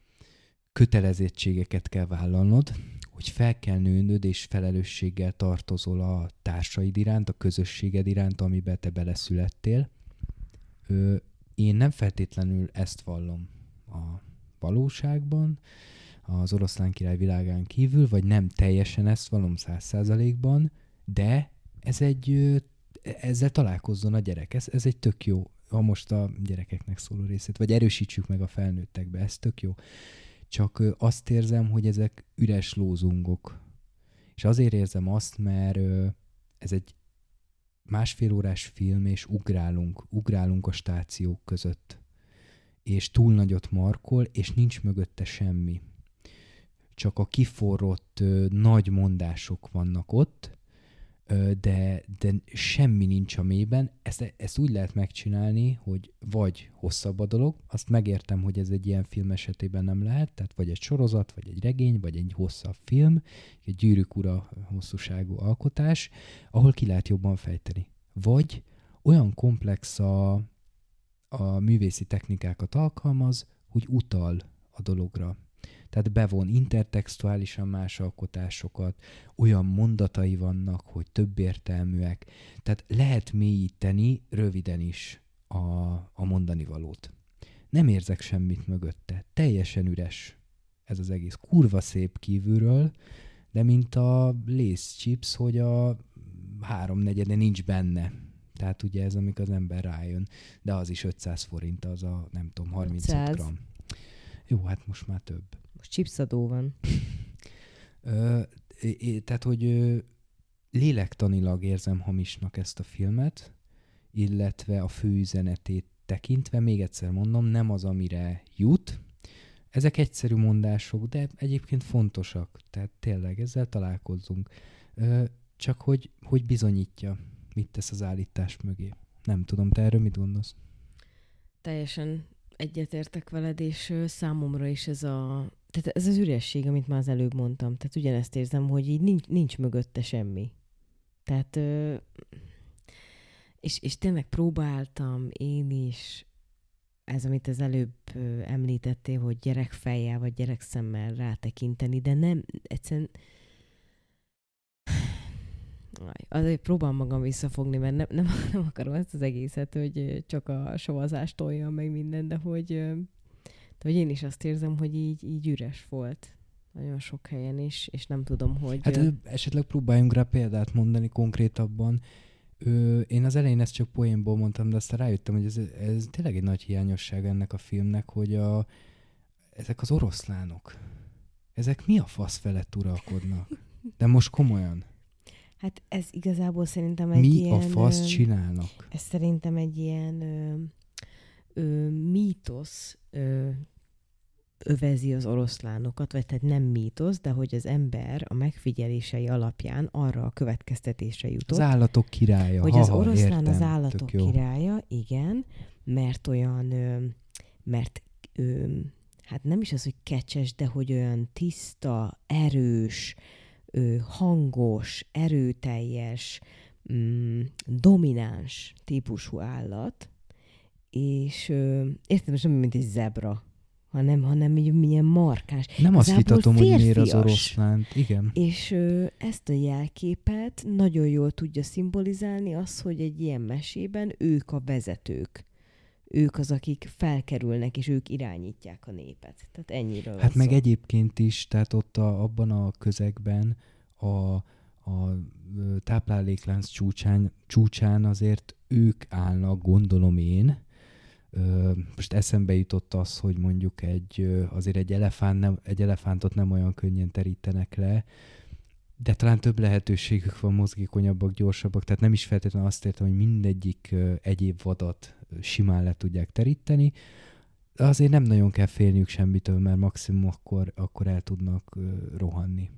kötelezettségeket kell vállalnod, hogy fel kell nőnöd, és felelősséggel tartozol a társaid iránt, a közösséged iránt, amiben te beleszülettél. Ö, én nem feltétlenül ezt vallom a valóságban, az Oroszlán király világán kívül, vagy nem teljesen ezt vallom száz százalékban, de ez egy, ö, ezzel találkozzon a gyerek. Ez, ez egy tök jó, ha most a gyerekeknek szóló részét, vagy erősítsük meg a felnőttekbe, ez tök jó. Csak ö, azt érzem, hogy ezek üres lózungok. És azért érzem azt, mert ö, ez egy másfél órás film, és ugrálunk, ugrálunk a stációk között. És túl nagyot markol, és nincs mögötte semmi. Csak a kiforrott ö, nagy mondások vannak ott, ö, de, de semmi nincs a mélyben. Ezt, ezt úgy lehet megcsinálni, hogy vagy hosszabb a dolog, azt megértem, hogy ez egy ilyen film esetében nem lehet, tehát vagy egy sorozat, vagy egy regény, vagy egy hosszabb film, egy Gyűrűk ura hosszúságú alkotás, ahol ki lehet jobban fejteni. Vagy olyan komplex a, a művészi technikákat alkalmaz, hogy utal a dologra. Tehát bevon intertextuálisan más alkotásokat, olyan mondatai vannak, hogy több értelműek. Tehát lehet mélyíteni röviden is a, a mondani valót. Nem érzek semmit mögötte. Teljesen üres ez az egész. Kurva szép kívülről, de mint a Lay's chips, hogy a háromnegyede nincs benne. Tehát ugye ez, amikor az ember rájön. De az is ötszáz forint, az a nem tudom, harmincöt gram. Jó, hát most már több. Most chipsadó van. Ö, é, tehát, hogy ö, lélektanilag érzem hamisnak ezt a filmet, illetve a főüzenetét tekintve, még egyszer mondom, nem az, amire jut. Ezek egyszerű mondások, de egyébként fontosak. Tehát tényleg ezzel találkozzunk. Ö, csak hogy, hogy bizonyítja, mit tesz az állítás mögé. Nem tudom, te erről mit gondolsz? Teljesen egyetértek veled, és ö, számomra is ez a... Tehát ez az üresség, amit már az előbb mondtam. Tehát ugyanezt érzem, hogy így nincs, nincs mögötte semmi. Tehát... Ö, és, és tényleg próbáltam én is, ez, amit az előbb ö, említettél, hogy gyerekfejjel vagy gyerekszemmel rátekinteni, de nem, egyszerűen Azért próbálom magam visszafogni, mert nem, nem, nem akarom ezt az egészet, hogy csak a savazást tolja meg minden, de hogy, de hogy én is azt érzem, hogy így, így üres volt nagyon sok helyen is, és nem tudom, hogy... Hát ö, esetleg próbáljunk rá példát mondani konkrétabban. Ö, én az elején ezt csak poénból mondtam, de aztán rájöttem, hogy ez, ez tényleg egy nagy hiányosság ennek a filmnek, hogy a, ezek az oroszlánok, ezek mi a fasz felett uralkodnak? De most komolyan. Hát ez igazából szerintem egy mi ilyen... Mi a fasz csinálnak? Ez szerintem egy ilyen ö, ö, mítosz ö, övezi az oroszlánokat, vagy tehát nem mítosz, de hogy az ember a megfigyelései alapján arra a következtetésre jutott. Az állatok királya. Hogy ha, az ha, oroszlán értem, az állatok királya, igen, mert olyan, ö, mert ö, hát nem is az, hogy kecses, de hogy olyan tiszta, erős, ö, hangos, erőteljes, mm, domináns típusú állat, és ö, értem, most nem mint egy zebra, hanem, hanem így milyen markáns. Nem azt vitatom, hogy miért az férfias. oroszlánt. Igen. És ö, ezt a jelképet nagyon jól tudja szimbolizálni az, hogy egy ilyen mesében ők a vezetők. Ők az, akik felkerülnek, és ők irányítják a népet. Tehát ennyiről Hát van meg szó. egyébként is, tehát ott a, abban a közegben a, a tápláléklánc csúcsán, csúcsán azért ők állnak, gondolom én. Most eszembe jutott az, hogy mondjuk egy, azért egy, elefánt nem, egy elefántot nem olyan könnyen terítenek le, de talán több lehetőségük van, mozgékonyabbak, gyorsabbak, tehát nem is feltétlenül azt értem, hogy mindegyik egyéb vadat simán le tudják teríteni. Azért nem nagyon kell félniük semmitől, mert maximum akkor, akkor el tudnak rohanni.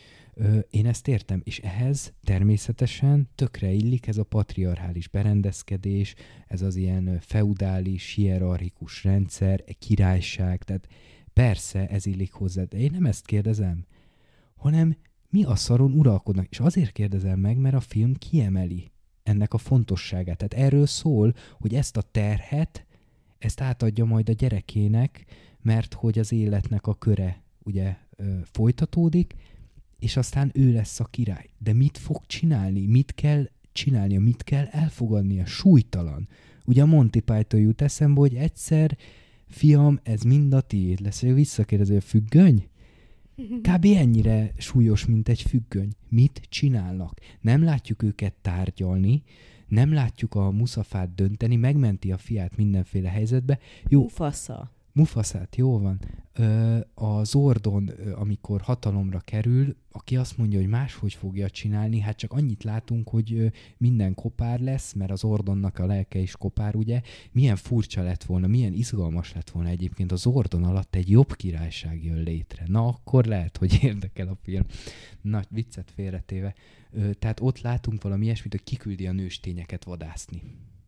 Én ezt értem, és ehhez természetesen tökre illik ez a patriarchális berendezkedés, ez az ilyen feudális, hierarchikus rendszer, egy királyság, tehát persze ez illik hozzá, de én nem ezt kérdezem, hanem mi a szaron uralkodnak, és azért kérdezem meg, mert a film kiemeli ennek a fontosságát. Tehát erről szól, hogy ezt a terhet, ezt átadja majd a gyerekének, mert hogy az életnek a köre ugye folytatódik, és aztán ő lesz a király. De mit fog csinálni? Mit kell csinálnia? Mit kell elfogadnia? Súlytalan. Ugye a Monty Python jut eszembe, hogy egyszer, fiam, ez mind a tiéd lesz. Hogy visszakérdezi, a függöny? Kb. Ennyire súlyos, mint egy függöny. Mit csinálnak? Nem látjuk őket tárgyalni, nem látjuk a Musafát dönteni, megmenti a fiát mindenféle helyzetbe. Jó, Mufasa. Mufasát, jó van. Ö, a Zordon, amikor hatalomra kerül, aki azt mondja, hogy máshogy fogja csinálni, hát csak annyit látunk, hogy minden kopár lesz, mert az Zordonnak a lelke is kopár, ugye? Milyen furcsa lett volna, milyen izgalmas lett volna egyébként a Zordon alatt egy jobb királyság jön létre. Na, akkor lehet, hogy érdekel a film. Na, viccet félretéve. Ö, tehát ott látunk valami ilyesmit, hogy kiküldi a nőstényeket vadászni.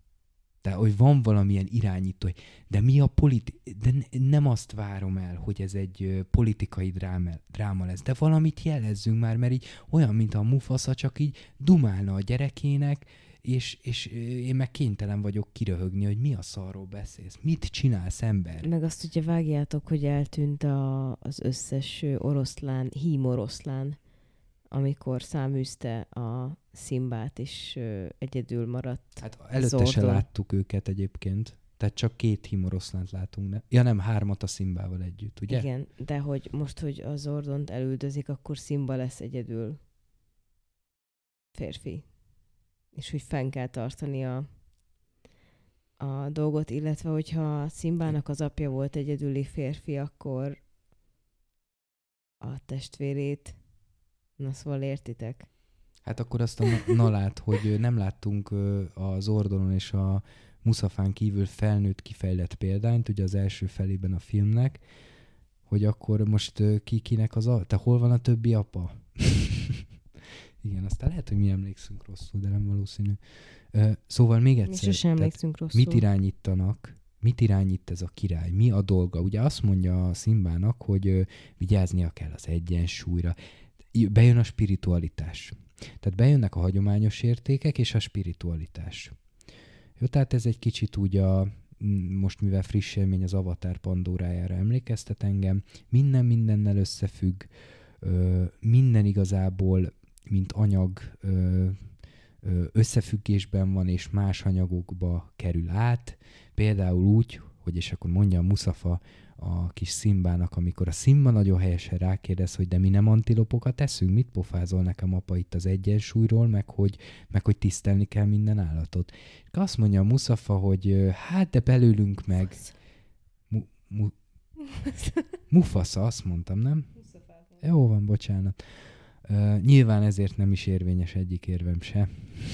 De hogy van valamilyen irányító, de mi a politi... De nem azt várom el, hogy ez egy politikai dráma, dráma lesz, de valamit jelezzünk már, mert így olyan, mint a Mufasa, csak így dumálna a gyerekének, és, és én meg kénytelen vagyok kiröhögni, hogy mi a szarról beszélsz, mit csinálsz, ember? Meg azt ugye vágjátok, hogy eltűnt a, az összes oroszlán, hím oroszlán, amikor száműzte a Szimbát, és ö, egyedül maradt. Hát előtte se Zordon. láttuk őket egyébként. Tehát csak két hímoroszlánt látunk. Ne? Ja nem, hármat a Szimbával együtt, ugye? Igen, de hogy most, hogy a Zordont elüldözik, akkor Szimba lesz egyedül férfi. És hogy fenn kell tartani a, a dolgot, illetve hogyha Szimbának az apja volt egyedüli férfi, akkor a testvérét, na szóval értitek? Hát akkor azt a Nalát, hogy nem láttunk a Zordonon és a Musafán kívül felnőtt kifejlett példányt, ugye az első felében a filmnek, hogy akkor most ki kinek az a... Te hol van a többi apa? Igen, aztán lehet, hogy mi emlékszünk rosszul, de nem valószínű. Szóval még egyszer. Mi sosem emlékszünk rosszul. Mit irányítanak? Mit irányít ez a király? Mi a dolga? Ugye azt mondja a Szimbának, hogy vigyáznia kell az egyensúlyra. Bejön a spiritualitás. Tehát bejönnek a hagyományos értékek és a spiritualitás. Jó, tehát ez egy kicsit úgy a, most mivel friss élmény az Avatar Pandórájára emlékeztet engem, minden mindennel összefügg, minden igazából mint anyag ö, ö, összefüggésben van, és más anyagokba kerül át. Például úgy, hogy és akkor mondja a Muszafa a kis Szimbának, amikor a Szimba nagyon helyesen rákérdez, hogy de mi nem antilopokat eszünk, mit pofázol nekem apa itt az egyensúlyról, meg hogy, meg hogy tisztelni kell minden állatot. És azt mondja a Muszafa, hogy hát de belőlünk meg... Mu- mu- Mufasa, azt mondtam, nem? Jó van, bocsánat. Uh, nyilván ezért nem is érvényes egyik érvem se,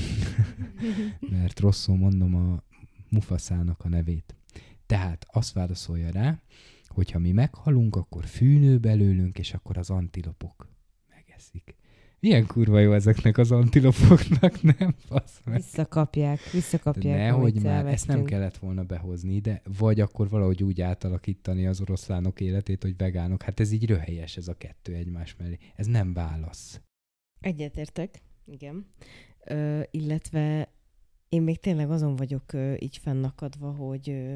mert rosszul mondom a Mufaszának a nevét. Tehát azt válaszolja rá, hogyha mi meghalunk, akkor fűnő belőlünk, és akkor az antilopok megeszik. Milyen kurva jó ezeknek az antilopoknak, nem? Fasz meg. Visszakapják, visszakapják. Nehogy már, ezt nem kellett volna behozni, de vagy akkor valahogy úgy átalakítani az oroszlánok életét, hogy vegánok. Hát ez így röhelyes, ez a kettő egymás mellé. Ez nem válasz. Egyetértek, igen. Ö, illetve én még tényleg azon vagyok ö, így fennakadva, hogy ö,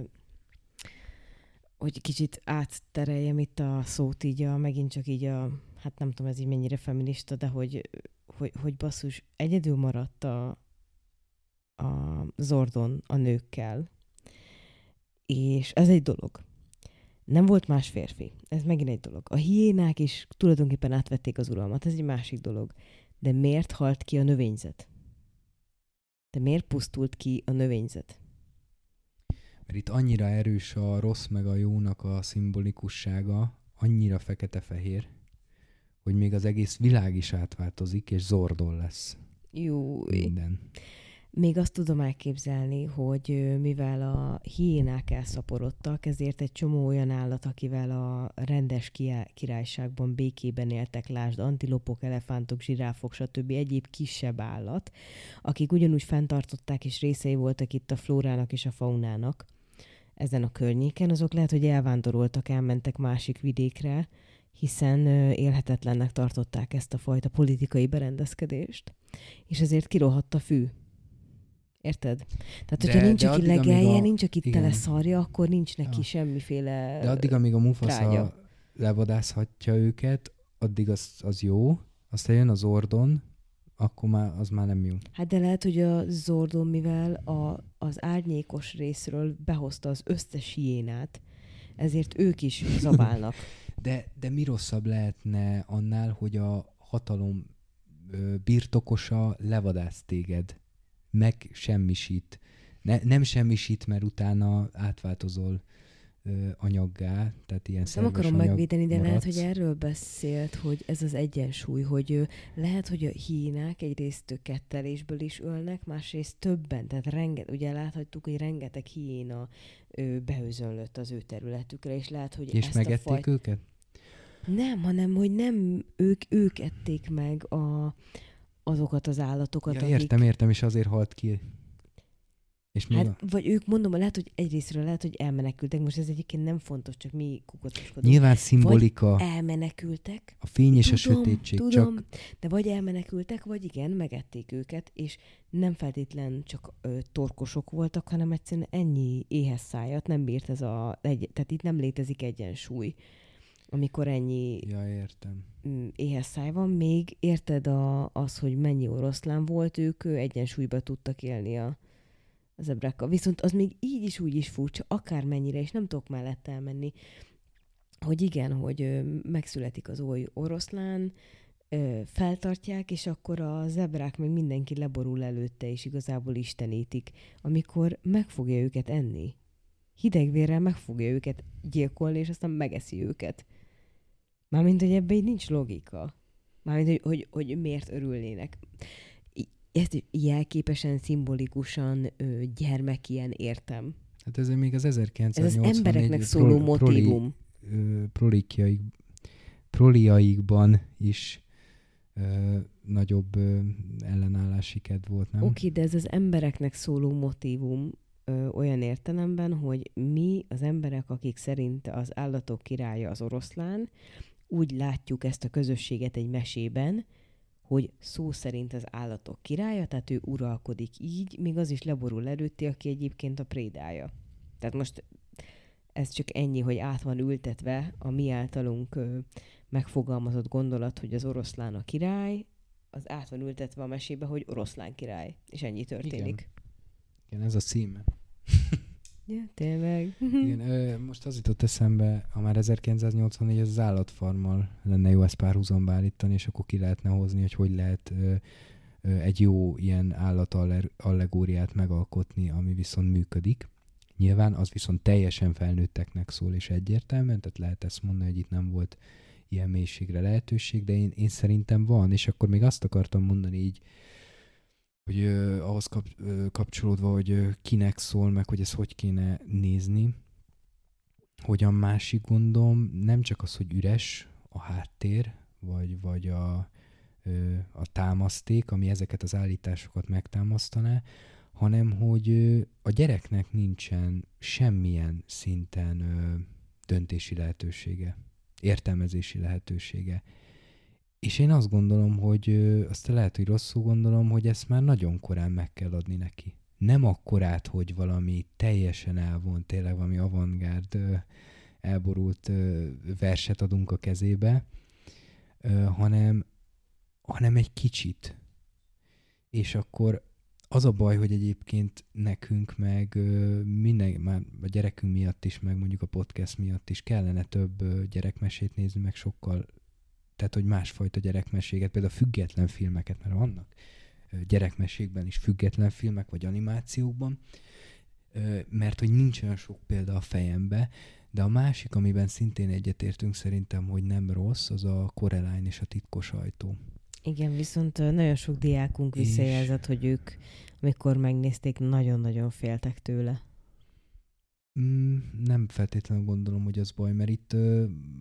hogy kicsit áttereljem itt a szót így a, megint csak így a, hát nem tudom ez így mennyire feminista, de hogy, hogy, hogy basszus, egyedül maradt a, a Zordon a nőkkel, és ez egy dolog. Nem volt más férfi. Ez megint egy dolog. A hiénák is tulajdonképpen átvették az uralmat, ez egy másik dolog. De miért halt ki a növényzet? De miért pusztult ki a növényzet? Mert itt annyira erős a rossz meg a jónak a szimbolikussága, annyira fekete-fehér, hogy még az egész világ is átváltozik, és Zordon lesz. Jó. Minden. Még azt tudom elképzelni, hogy mivel a hiénák elszaporodtak, ezért egy csomó olyan állat, akivel a rendes királyságban békében éltek, lásd, antilopok, elefántok, zsiráfok, stb. Egyéb kisebb állat, akik ugyanúgy fenntartották és részei voltak itt a flórának és a faunának ezen a környéken, azok lehet, hogy elvándoroltak, elmentek másik vidékre, hiszen élhetetlennek tartották ezt a fajta politikai berendezkedést, és ezért kirohadt a fű. Érted? Tehát, hogyha de, nincs, de aki legelje, a... nincs, aki igen. tele szarja, akkor nincs neki ja. semmiféle De addig, amíg a Mufasa trágya. levadászhatja őket, addig az, az jó. Aztán jön az Zordon, akkor már, az már nem jó. Hát de lehet, hogy a Zordon, mivel a, az árnyékos részről behozta az összes hiénát, ezért ők is zabálnak. de, de mi rosszabb lehetne annál, hogy a hatalom ö, birtokosa levadász téged? Meg semmisít. Ne, nem semmisít, mert utána átváltozol ö, anyaggá, tehát ilyen nem akarom anyag megvédeni, de maradsz. lehet, hogy erről beszélt, hogy ez az egyensúly, hogy ö, lehet, hogy a hínák egyrészt kettelésből is ölnek, másrészt többen, tehát renget, ugye láthattuk, hogy rengeteg hiéna ö, beözönlött az ő területükre, és lehet, hogy és ezt megették a fajt... őket? Nem, hanem, hogy nem ők, ők ették meg a azokat az állatokat, ja, akik... Értem, értem, és azért halt ki. És hát, a... vagy ők, mondom, lehet, hogy egyrésztről lehet, hogy elmenekültek. Most ez egyébként nem fontos, csak mi kukatoskodunk. Nyilván szimbolika. Vagy elmenekültek. A fény és tudom, a sötétség. Tudom, csak... de vagy elmenekültek, vagy igen, megették őket, és nem feltétlen csak ö, torkosok voltak, hanem egyszerűen ennyi éhes szájat nem bírt ez a... Egy, tehát itt nem létezik egyensúly. Amikor ennyi ja, értem. éhes száj van, még érted a, az, hogy mennyi oroszlán volt, ők egyensúlyba tudtak élni a, a zebrákkal. Viszont az még így is úgy is furcsa, akármennyire, és nem tudok mellett elmenni, hogy igen, hogy ö, megszületik az új oroszlán, ö, feltartják, és akkor a zebrák meg mindenki leborul előtte, és igazából istenítik, amikor meg fogja őket enni. Hidegvérrel meg fogja őket gyilkolni, és aztán megeszi őket. Mármint, hogy ebben így nincs logika. Mármint, hogy, hogy, hogy miért örülnének. Ezt jelképesen, szimbolikusan ö, gyermekien értem. Hát ez még az ezerkilencszáznyolcvanegy Ez az embereknek szóló motívum. Prolikiaik, proliaikban is ö, nagyobb ö, ellenállási kedv volt, nem? Oké, de ez az embereknek szóló motívum ö, olyan értelemben, hogy mi az emberek, akik szerint az állatok királya az oroszlán, úgy látjuk ezt a közösséget egy mesében, hogy szó szerint az állatok királya, tehát ő uralkodik így, míg az is leborul előtti, aki egyébként a prédája. Tehát most ez csak ennyi, hogy át van ültetve a mi általunk ö, megfogalmazott gondolat, hogy az oroszlán a király, az át van ültetve a mesébe, hogy oroszlán király, és ennyi történik. Igen, Igen ez a címe. Ja, tényleg. Igen, ö, most az jutott eszembe, ha már ezerkilencszáznyolcvannégy az állatfarmmal lenne jó ezt párhuzamba állítani, és akkor ki lehetne hozni, hogy hogy lehet ö, ö, egy jó ilyen állatallegóriát megalkotni, ami viszont működik. Nyilván az viszont teljesen felnőtteknek szól, és egyértelműen, tehát lehet ezt mondani, hogy itt nem volt ilyen mélységre lehetőség, de én, én szerintem van, és akkor még azt akartam mondani így, hogy ö, ahhoz kap, ö, kapcsolódva, hogy ö, kinek szól, meg hogy ezt hogy kéne nézni, hogy a másik gondom nem csak az, hogy üres a háttér, vagy, vagy a, ö, a támaszték, ami ezeket az állításokat megtámasztaná, hanem hogy ö, a gyereknek nincsen semmilyen szinten ö, döntési lehetősége, értelmezési lehetősége. És én azt gondolom, hogy azt lehet, hogy rosszul gondolom, hogy ezt már nagyon korán meg kell adni neki. Nem akkorát, hogy valami teljesen elvont, tényleg valami avantgárd, elborult verset adunk a kezébe, hanem, hanem egy kicsit. És akkor az a baj, hogy egyébként nekünk meg minden, már a gyerekünk miatt is, meg mondjuk a podcast miatt is kellene több gyerekmesét nézni, meg sokkal, tehát hogy másfajta gyerekmeséket, például független filmeket, mert vannak gyerekmesékben is független filmek, vagy animációkban, mert hogy nincs olyan sok példa a fejembe, de a másik, amiben szintén egyetértünk szerintem, hogy nem rossz, az a Coraline és a titkos ajtó. Igen, viszont nagyon sok diákunk visszajelzett, hogy ők, amikor megnézték, nagyon-nagyon féltek tőle. Mm, nem feltétlenül gondolom, hogy az baj, mert itt ö,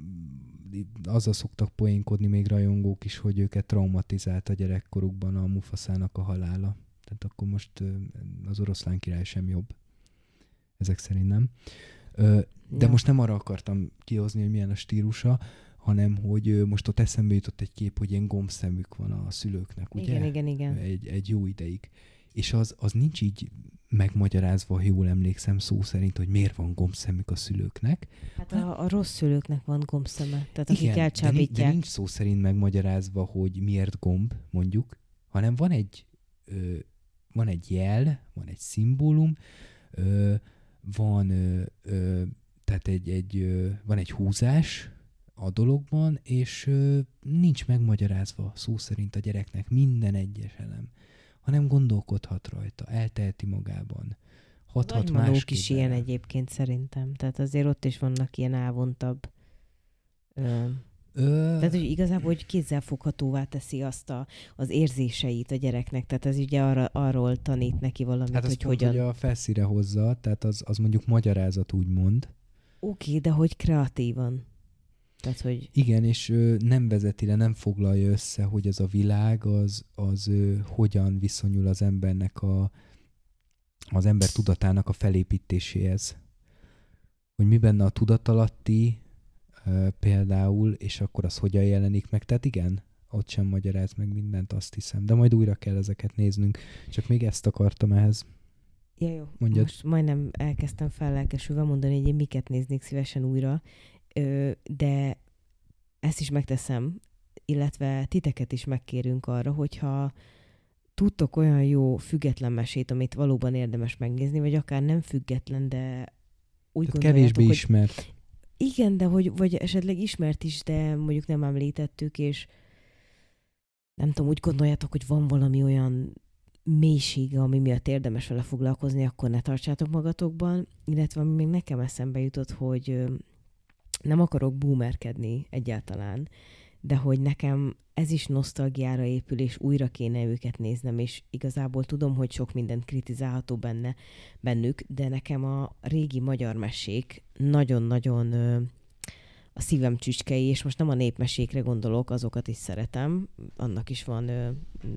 azzal szoktak poénkodni még rajongók is, hogy őket traumatizált a gyerekkorukban a Mufaszának a halála. Tehát akkor most ö, az oroszlán király sem jobb. Ezek szerint nem. Ö, de ja. Most nem arra akartam kihozni, hogy milyen a stílusa, hanem hogy ö, most ott eszembe jutott egy kép, hogy ilyen gombszemük van a szülőknek, ugye? Igen, igen, igen. Egy, egy jó ideig. És az, az nincs így megmagyarázva, ha jól emlékszem szó szerint, hogy miért van gombszemük a szülőknek. Hát a, a rossz szülőknek van gombszeme, tehát igen, akik elcsábítják. De, de nincs szó szerint megmagyarázva, hogy miért gomb, mondjuk, hanem van egy, ö, van egy jel, van egy szimbólum, ö, van, ö, ö, tehát egy, egy, ö, van egy húzás a dologban, és ö, nincs megmagyarázva szó szerint a gyereknek minden egyes elem, hanem gondolkodhat rajta, elteheti magában. Hathat másképp. is ilyen egyébként szerintem. Tehát azért ott is vannak ilyen elvontabb. Ö, Ö... Tehát, hogy igazából, hogy kézzelfoghatóvá teszi azt a, az érzéseit a gyereknek. Tehát ez ugye arra, arról tanít neki valamit, hát hogy pont, hogyan... hogy a felszíre hozza, tehát az, az mondjuk magyarázat úgymond. Oké, okay, de hogy kreatívan. Tehát, hogy... Igen, és ö, nem vezeti le, nem foglalja össze, hogy ez a világ az, az ö, hogyan viszonyul az embernek a, az ember tudatának a felépítéséhez. Hogy mi benne a tudatalatti ö, például, és akkor az hogyan jelenik meg. Tehát igen, ott sem magyaráz meg mindent, azt hiszem. De majd újra kell ezeket néznünk. Csak még ezt akartam ehhez. Ja, jó. Mondjad. Most majdnem elkezdtem fellelkesülve mondani, hogy én miket néznék szívesen újra. De ezt is megteszem, illetve titeket is megkérünk arra, hogyha tudtok olyan jó független mesét, amit valóban érdemes megnézni, vagy akár nem független, de úgy tehát kevésbé hogy... ismert. Igen, de hogy vagy esetleg ismert is, de mondjuk nem említettük, és nem tudom, úgy gondoljátok, hogy van valami olyan mélysége, ami miatt érdemes vele foglalkozni, akkor ne tartsátok magatokban, illetve ami még nekem eszembe jutott, hogy nem akarok boomerkedni egyáltalán, de hogy nekem ez is nosztalgiára épül, és újra kéne őket néznem, és igazából tudom, hogy sok mindent kritizálható benne, bennük, de nekem a régi magyar mesék nagyon-nagyon ö, a szívem csücskei, és most nem a népmesékre gondolok, azokat is szeretem, annak is van ö,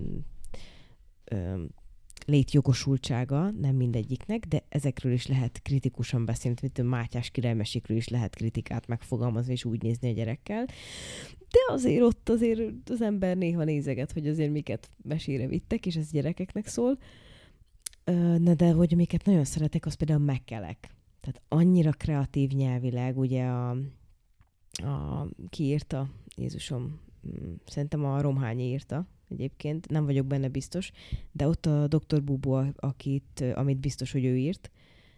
ö, létjogosultsága, nem mindegyiknek, de ezekről is lehet kritikusan beszélni, mint a Mátyás királymesékről is lehet kritikát megfogalmazni, és úgy nézni a gyerekkel. De azért ott azért az ember néha nézeget, hogy azért miket mesére vittek, és ez gyerekeknek szól. Na de hogy amiket nagyon szeretek, az például Mekkelek. Tehát annyira kreatív nyelvileg, ugye a, a ki írta, Jézusom, szerintem a Romhányi írta, egyébként, nem vagyok benne biztos, de ott a doktor Bubo, akit, amit biztos, hogy ő írt,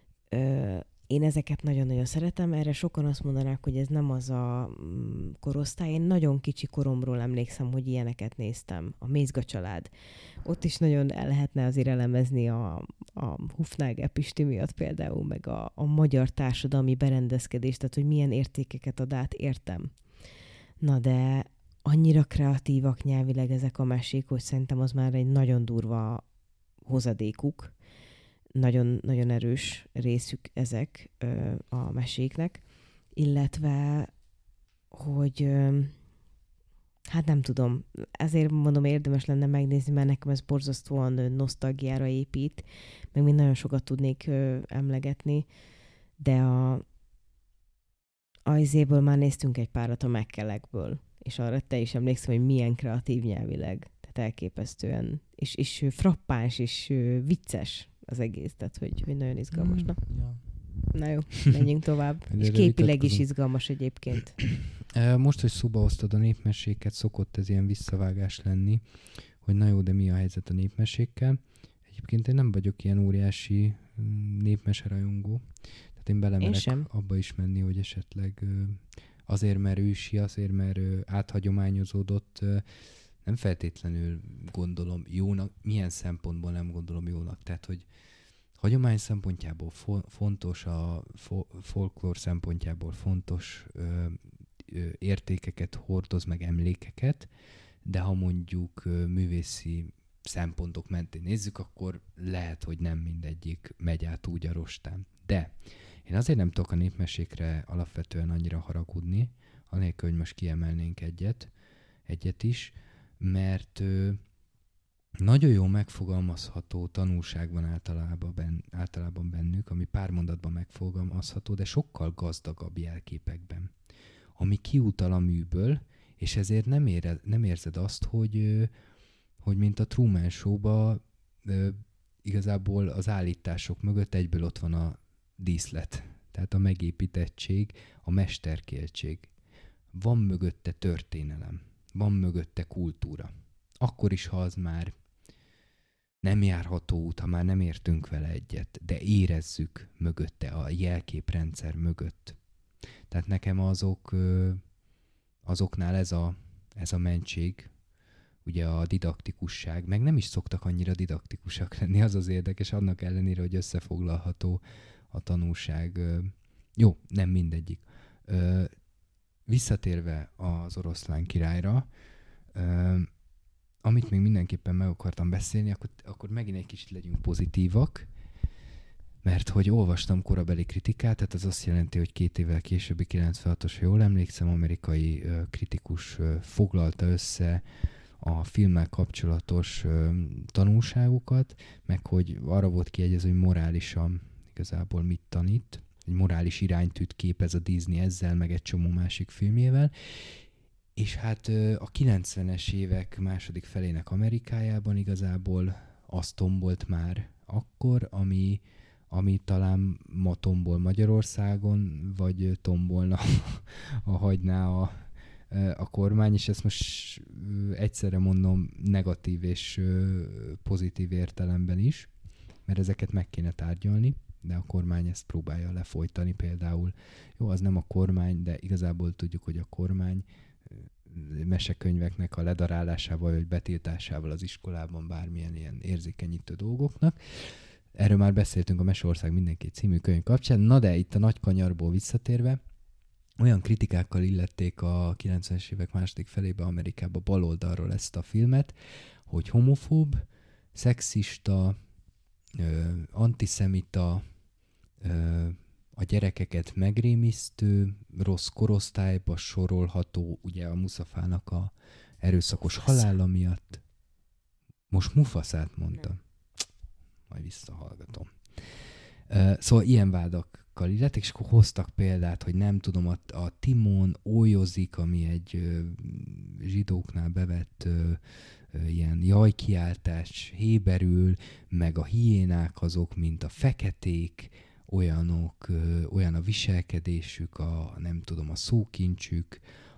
én ezeket nagyon-nagyon szeretem, erre sokan azt mondanák, hogy ez nem az a korosztály. Én nagyon kicsi koromról emlékszem, hogy ilyeneket néztem. A Mézga család. Ott is nagyon el lehetne azért elemezni a, a Hufnagel Pisti miatt például, meg a, a magyar társadalmi berendezkedést, tehát hogy milyen értékeket ad át, értem. Na de annyira kreatívak nyelvileg ezek a mesék, hogy szerintem az már egy nagyon durva hozadékuk. Nagyon, nagyon erős részük ezek ö, a meséknek, illetve, hogy ö, hát nem tudom, ezért mondom, érdemes lenne megnézni, mert nekem ez borzasztóan nosztalgiára épít, meg még nagyon sokat tudnék ö, emlegetni, de a ajzéből már néztünk egy párat a Mekkelekből, és arra te is emlékszem, hogy milyen kreatív nyelvileg, tehát elképesztően, és, és frappáns, és vicces az egész, tehát hogy, hogy nagyon izgalmas. Na, Mm, ja. na jó, menjünk tovább. És képileg is izgalmas egyébként. Most, hogy szóba hoztad a népmeséket, szokott ez ilyen visszavágás lenni, hogy na jó, de mi a helyzet a népmesékkel. Egyébként én nem vagyok ilyen óriási népmeserajongó. Tehát én belemerek én abba is menni, hogy esetleg azért, mert ősi, azért, mert áthagyományozódott, nem feltétlenül gondolom jónak, milyen szempontból nem gondolom jónak. Tehát, hogy hagyomány szempontjából fo- fontos, a fo- folklór szempontjából fontos ö, ö, értékeket hordoz, meg emlékeket, de ha mondjuk ö, művészi szempontok mentén nézzük, akkor lehet, hogy nem mindegyik megy át úgy a rostán. De én azért nem tudok a népmesékre alapvetően annyira haragudni, anélkül, hogy most kiemelnénk egyet, egyet is, mert ö, nagyon jól megfogalmazható tanulság van általában, ben, általában bennük, ami pár mondatban megfogalmazható, de sokkal gazdagabb jelképekben, ami kiutal a műből, és ezért nem, ére, nem érzed azt, hogy, ö, hogy mint a Truman Show-ba ö, igazából az állítások mögött egyből ott van a díszlet, tehát a megépítettség, a mesterkéltség. Van mögötte történelem. Van mögötte kultúra. Akkor is, ha az már nem járható út, ha már nem értünk vele egyet, de érezzük mögötte, a jelképrendszer mögött. Tehát nekem azok, azoknál ez a, ez a mentség, ugye a didaktikusság, meg nem is szoktak annyira didaktikusak lenni, az az érdekes, annak ellenére, hogy összefoglalható a tanulság. Jó, nem mindegyik. Visszatérve az Oroszlán királyra, uh, amit még mindenképpen meg akartam beszélni, akkor, akkor megint egy kicsit legyünk pozitívak, mert hogy olvastam korabeli kritikát, tehát az azt jelenti, hogy két évvel későbbi kilencvenhatos, ha jól emlékszem, amerikai uh, kritikus uh, foglalta össze a filmmel kapcsolatos uh, tanulságokat, meg hogy arra volt kiegyező, hogy morálisan igazából mit tanít, egy morális iránytűt képez a Disney ezzel, meg egy csomó másik filmjével. És hát a kilencvenes évek második felének Amerikájában igazából az tombolt már akkor, ami, ami talán ma tombol Magyarországon, vagy tombolna, ha hagyná a, a kormány, és ezt most egyszerre mondom negatív és pozitív értelemben is, mert ezeket meg kéne tárgyalni, de a kormány ezt próbálja lefolytani például. Jó, az nem a kormány, de igazából tudjuk, hogy a kormány mesekönyveknek a ledarálásával vagy betiltásával az iskolában bármilyen ilyen érzékenyítő dolgoknak. Erről már beszéltünk a Meseország mindenki című könyv kapcsán. Na de itt a nagy kanyarból visszatérve, olyan kritikákkal illették a kilencvenes évek második felébe Amerikába baloldalról ezt a filmet, hogy homofób, szexista, ö, antiszemita, ö, a gyerekeket megrémisztő, rossz korosztályba sorolható, ugye a Muszafának a erőszakos Mufasa. halála miatt. Most Mufaszát mondtam. Majd visszahallgatom. Uh, szóval ilyen vádakkal illettek, és akkor hoztak példát, hogy nem tudom, a, a Timon ójozik, ami egy uh, zsidóknál bevett uh, uh, ilyen jajkiáltás héberül, meg a hiénák azok, mint a feketék, olyanok, ö, olyan a viselkedésük, a nem tudom, a szókincsük,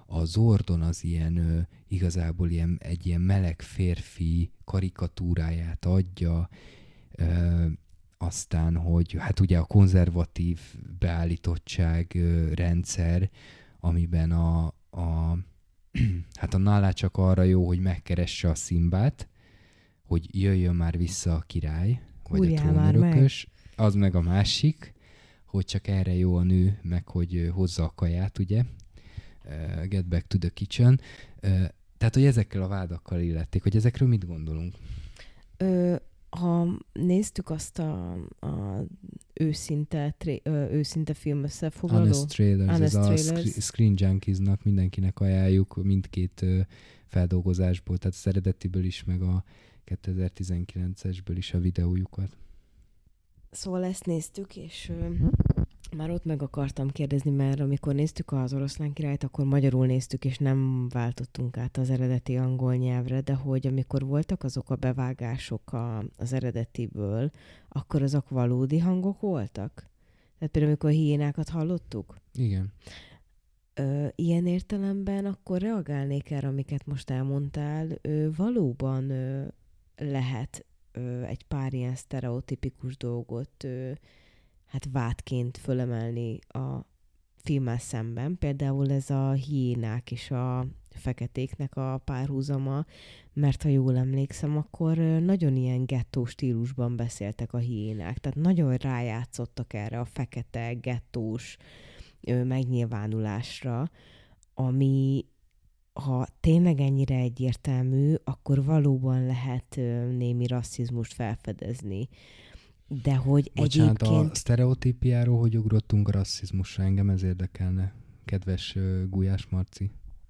a Zordon az ilyen ö, igazából ilyen, egy ilyen meleg férfi karikatúráját adja, ö, aztán, hogy hát ugye a konzervatív beállítottság ö, rendszer, amiben a, a hát a Nala csak arra jó, hogy megkeresse a Szimbát, hogy jöjjön már vissza a király, vagy Kúrjál a már trónörökös, az meg a másik, hogy csak erre jó a nő, meg hogy hozza a kaját, ugye, uh, get back to the kitchen. Uh, tehát, hogy ezekkel a vádakkal illették, hogy ezekről mit gondolunk? Ö, ha néztük azt a, a őszinte, tré, ö, őszinte film összefoglaló... Honest Trailers, Honest ez Trailers. a Sc- Screen Junkiesnak mindenkinek ajánljuk mindkét uh, feldolgozásból, tehát az eredetiből is, meg a kétezer-tizenkilencesből is a videójukat. Szóval ezt néztük, és ö, már ott meg akartam kérdezni, mert amikor néztük az Oroszlán királyt, akkor magyarul néztük, és nem váltottunk át az eredeti angol nyelvre, de hogy amikor voltak azok a bevágások a, az eredetiből, akkor azok valódi hangok voltak? Tehát például, amikor a hiénákat hallottuk? Igen. Ö, ilyen értelemben akkor reagálnék erre, amiket most elmondtál. Ö, valóban ö, lehet ö, egy pár ilyen sztereotipikus dolgot ö, hát vádként fölemelni a filmmel szemben. Például ez a hiénák és a feketéknek a párhuzama, mert ha jól emlékszem, akkor ö, nagyon ilyen gettó stílusban beszéltek a hiénák. Tehát nagyon rájátszottak erre a fekete, gettós ö, megnyilvánulásra, ami ha tényleg ennyire egyértelmű, akkor valóban lehet ö, némi rasszizmust felfedezni. De hogy Bocsánat, egyébként... a sztereotípiáról hogy ugrottunk a rasszizmusra? Engem ez érdekelne, kedves uh, Gulyás Marci.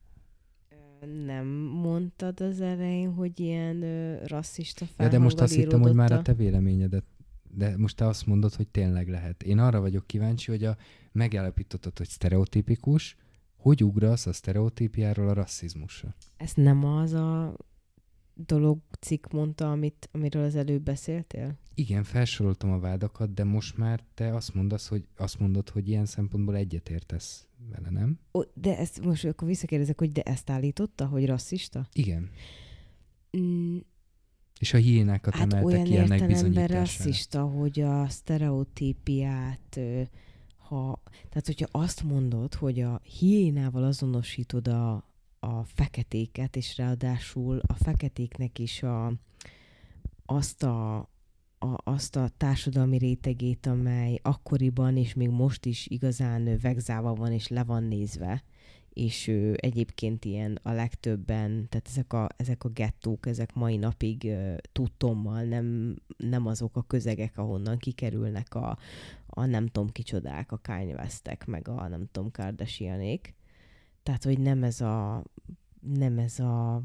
Nem mondtad az elején, hogy ilyen ö, rasszista Ja, felhanggal de most azt hittem, hogy már a íródott te véleményedet. De most te azt mondod, hogy tényleg lehet. Én arra vagyok kíváncsi, hogy a megállapítottad, hogy sztereotípikus, hogy ugrasz a sztereotípiáról a rasszizmusra? Ez nem az a dolog cikk mondta, amit, amiről az előbb beszéltél? Igen, felsoroltam a vádakat, de most már te azt mondasz, hogy azt mondod, hogy ilyen szempontból egyetértesz vele, nem? Ó, de ezt most akkor visszakérdezek, hogy de ezt állította, hogy rasszista? Igen. Mm, És a hiénákat hát emeltek olyan ki ennek értelemben bizonyítására. rasszista, hogy a sztereotípiát, ö, ha, tehát hogyha azt mondod, hogy a hiénával azonosítod a, a feketéket, és ráadásul a feketéknek is a, azt a A, azt a társadalmi rétegét, amely akkoriban és még most is igazán vegzálva van és le van nézve, és ő, egyébként ilyen a legtöbben, tehát ezek a, ezek a gettók, ezek mai napig ö, tudtommal nem, nem azok a közegek, ahonnan kikerülnek a, a nem tudom kicsodák, a Kanye Westek, meg a nem tudom Kardashianék. Tehát, hogy nem ez a nem ez a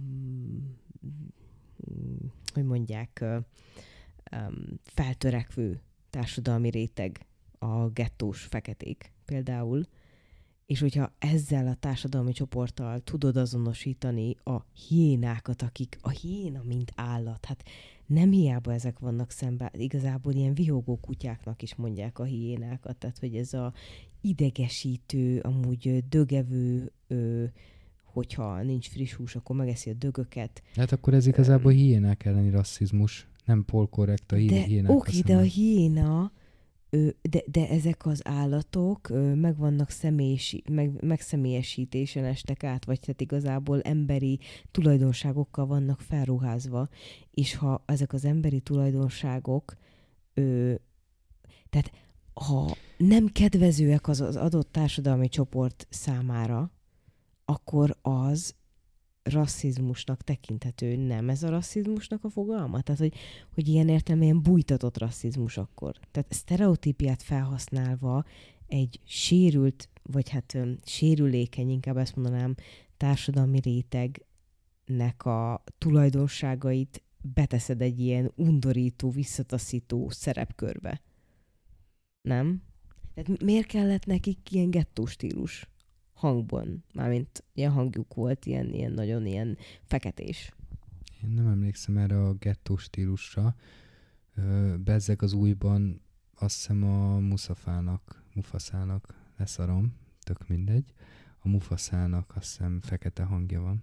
hogy mondják, Um, feltörekvő társadalmi réteg a gettós feketék például, és hogyha ezzel a társadalmi csoporttal tudod azonosítani a hiénákat, akik a hiéna mint állat, hát nem hiába ezek vannak szemben, igazából ilyen vihogó kutyáknak is mondják a hiénákat, tehát hogy ez a idegesítő, amúgy dögevő, ö, hogyha nincs friss hús, akkor megeszi a dögöket. Hát akkor ez igazából hiénák elleni rasszizmus. Nem polkorrekt a hiénákkal Oké, okay, de a hiéna, ö, de, de ezek az állatok ö, meg vannak személyesi, meg, megszemélyesítésen estek át, vagy tehát igazából emberi tulajdonságokkal vannak felruházva, és ha ezek az emberi tulajdonságok, ö, tehát ha nem kedvezőek az, az adott társadalmi csoport számára, akkor az rasszizmusnak tekinthető. Nem ez a rasszizmusnak a fogalma? Tehát, hogy, hogy ilyen értelemben bújtatott rasszizmus akkor. Tehát sztereotípiát felhasználva egy sérült, vagy hát um, sérülékeny, inkább ezt mondanám, társadalmi rétegnek a tulajdonságait beteszed egy ilyen undorító, visszataszító szerepkörbe. Nem? Tehát miért kellett nekik ilyen gettó stílus? Hangban, mármint ilyen hangjuk volt, ilyen, ilyen nagyon ilyen feketés. Én nem emlékszem erre a gettó stílusra. Bezzeg az újban azt hiszem a Muszafának, Mufaszának leszarom, tök mindegy. a Mufaszának azt hiszem fekete hangja van.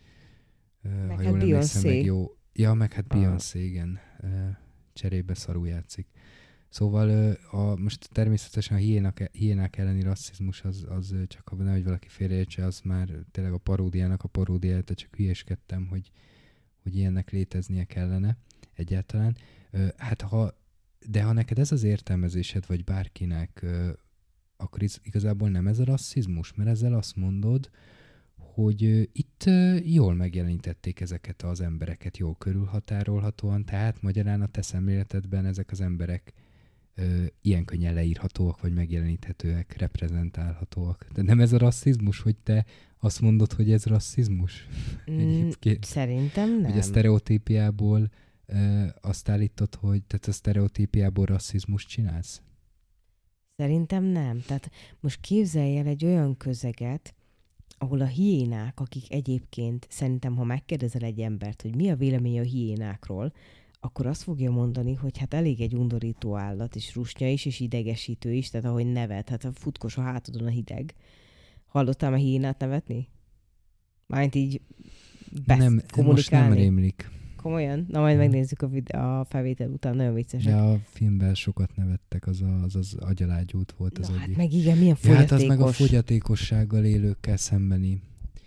Meg ha hát jól emlékszem, Beyoncé. meg jó. Ja, meg hát Ah. Beyoncé, igen. Cserébe szarul játszik. Szóval a, most természetesen a hiénák, hiénák elleni rasszizmus az, az csak, ha nehogy valaki félreértse, az már tényleg a paródiának a paródiája, de csak hülyeskedtem, hogy, hogy ilyennek léteznie kellene egyáltalán. Hát ha, de ha neked ez az értelmezésed, vagy bárkinek, akkor igazából nem ez a rasszizmus, mert ezzel azt mondod, hogy itt jól megjelenítették ezeket az embereket, jól körülhatárolhatóan, tehát magyarán a te szemléletedben ezek az emberek ö, ilyen könnyen leírhatóak, vagy megjeleníthetőek, reprezentálhatóak. De nem ez a rasszizmus, hogy te azt mondod, hogy ez rasszizmus? Mm, szerintem nem. Hogy a sztereotípiából ö, azt állítod, hogy tehát a sztereotípiából rasszizmus csinálsz? Szerintem nem. Tehát most képzelj el egy olyan közeget, ahol a hiénák, akik egyébként szerintem, ha megkérdezel egy embert, hogy mi a véleménye a hiénákról, akkor azt fogja mondani, hogy hát elég egy undorító állat, és rusnya is, és idegesítő is, tehát ahogy nevet, hát a futkos a hátadon a hideg. Hallottál már hiénát nevetni? Mármint így besz- nem, kommunikálni? Most nem rémlik. Komolyan? Na majd megnézzük a, vid- a felvétel után, nagyon viccesek. De a filmben sokat nevettek, az a, az, az agyalágyút volt az Na, egyik. hát meg igen, milyen Ja, hát fogyatékos. az meg a fogyatékossággal élőkkel szembeni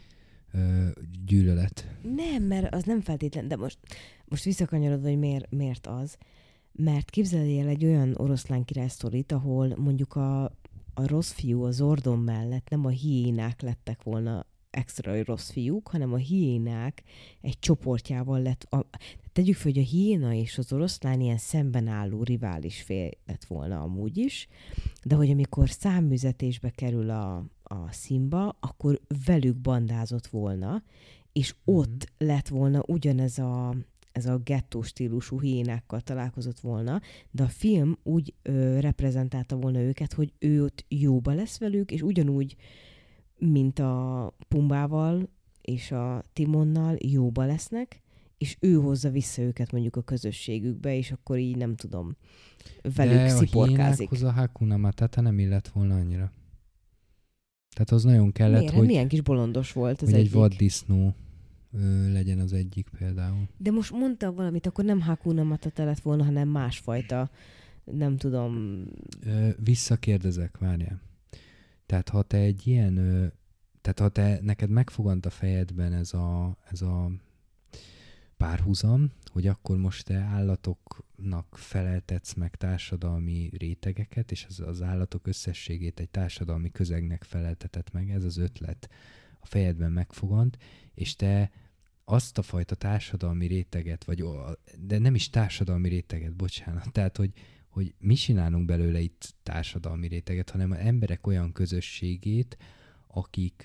ö, gyűlölet. Nem, mert az nem feltétlen, de most, most visszakanyarodva, hogy miért, miért az. Mert képzelj el egy olyan oroszlán király sztorit, ahol mondjuk a, a rossz fiú az Zordon mellett nem a hiénák lettek volna extra rossz fiúk, hanem a hiénák egy csoportjával lett. A, tegyük fel, hogy a hiéna és az oroszlán ilyen szemben álló rivális fél lett volna amúgy is, de hogy amikor száműzetésbe kerül a, a Simba, akkor velük bandázott volna, és Mhm. ott lett volna ugyanez a, ez a gettó stílusú hiénákkal találkozott volna, de a film úgy ö, reprezentálta volna őket, hogy ő ott jóba lesz velük, és ugyanúgy, mint a Pumbával és a Timonnal jóba lesznek, és ő hozza vissza őket mondjuk a közösségükbe, és akkor így nem tudom, velük De sziporkázik. a hiénákhoz a Hakuna Matata nem illett volna annyira. Tehát az nagyon kellett, Miért? hogy, Milyen kis bolondos volt az hogy egy egyik. vaddisznó ö, legyen az egyik például. De most mondta valamit, akkor nem Hakuna Matata lett volna, hanem másfajta, nem tudom. Ö, visszakérdezek, várjál. Tehát ha te egy ilyen, ö, tehát ha te, neked megfogant a fejedben ez a, ez a párhuzam, hogy akkor most te állatoknak feleltetsz meg társadalmi rétegeket, és az, az állatok összességét egy társadalmi közegnek feleltetett meg, ez az ötlet a fejedben megfogant, és te azt a fajta társadalmi réteget, vagy, de nem is társadalmi réteget, bocsánat, tehát, hogy, hogy mi csinálunk belőle itt társadalmi réteget, hanem az emberek olyan közösségét, akik,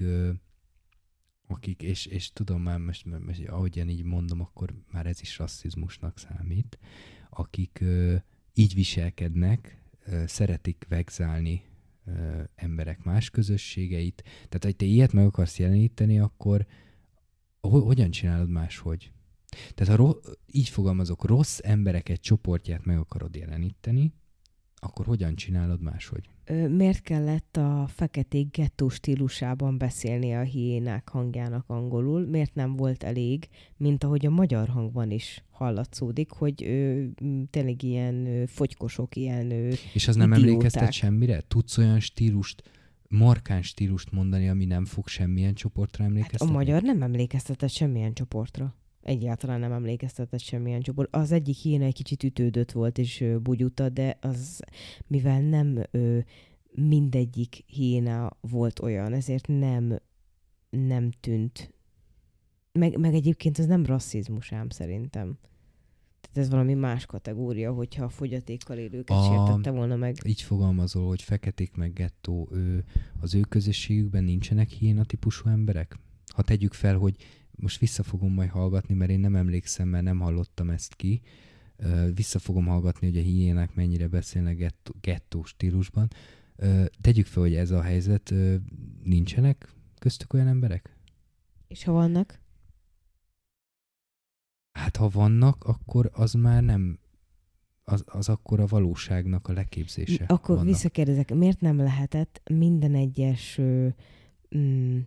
akik és, és tudom már most, most, ahogyan így mondom, akkor már ez is rasszizmusnak számít, akik így viselkednek, szeretik vegzálni emberek más közösségeit. Tehát, ha te ilyet meg akarsz jeleníteni, akkor hogyan csinálod máshogy? Tehát ha ro- így fogalmazok, rossz emberek egy csoportját meg akarod jeleníteni, akkor hogyan csinálod máshogy? Ö, miért kellett a feketék gettó stílusában beszélni a hiénák hangjának angolul? Miért nem volt elég, mint ahogy a magyar hangban is hallatszódik, hogy ö, tényleg ilyen ö, fogykosok, ilyen ö, És az nem idióták. emlékeztet semmire? Tudsz olyan stílust, markáns stílust mondani, ami nem fog semmilyen csoportra Hát emlékeztetni? a magyar nem emlékeztetett semmilyen csoportra. Egyáltalán nem emlékeztetett semmilyen csoport. Az egyik hiéna egy kicsit ütődött volt és ö, bugyuta, de az, mivel nem ö, mindegyik hiéna volt olyan, ezért nem, nem tűnt. Meg, meg egyébként az nem rasszizmus ám szerintem. Tehát ez valami más kategória, hogyha a fogyatékkal élőket A- sértette volna meg. Így fogalmazol, hogy feketék meg gettó, ő, az ő közösségükben nincsenek hiéna típusú emberek? Ha tegyük fel, hogy most vissza fogom majd hallgatni, mert én nem emlékszem, mert nem hallottam ezt ki. Ö, Vissza fogom hallgatni, hogy a hiénák mennyire beszélnek gettó, gettó stílusban. Ö, Tegyük fel, hogy ez a helyzet, ö, nincsenek köztük olyan emberek? És ha vannak? Hát ha vannak, akkor az már nem, az, az akkor a valóságnak a leképzése. Akkor vannak. visszakérdezek, miért nem lehetett minden egyes ö, mm,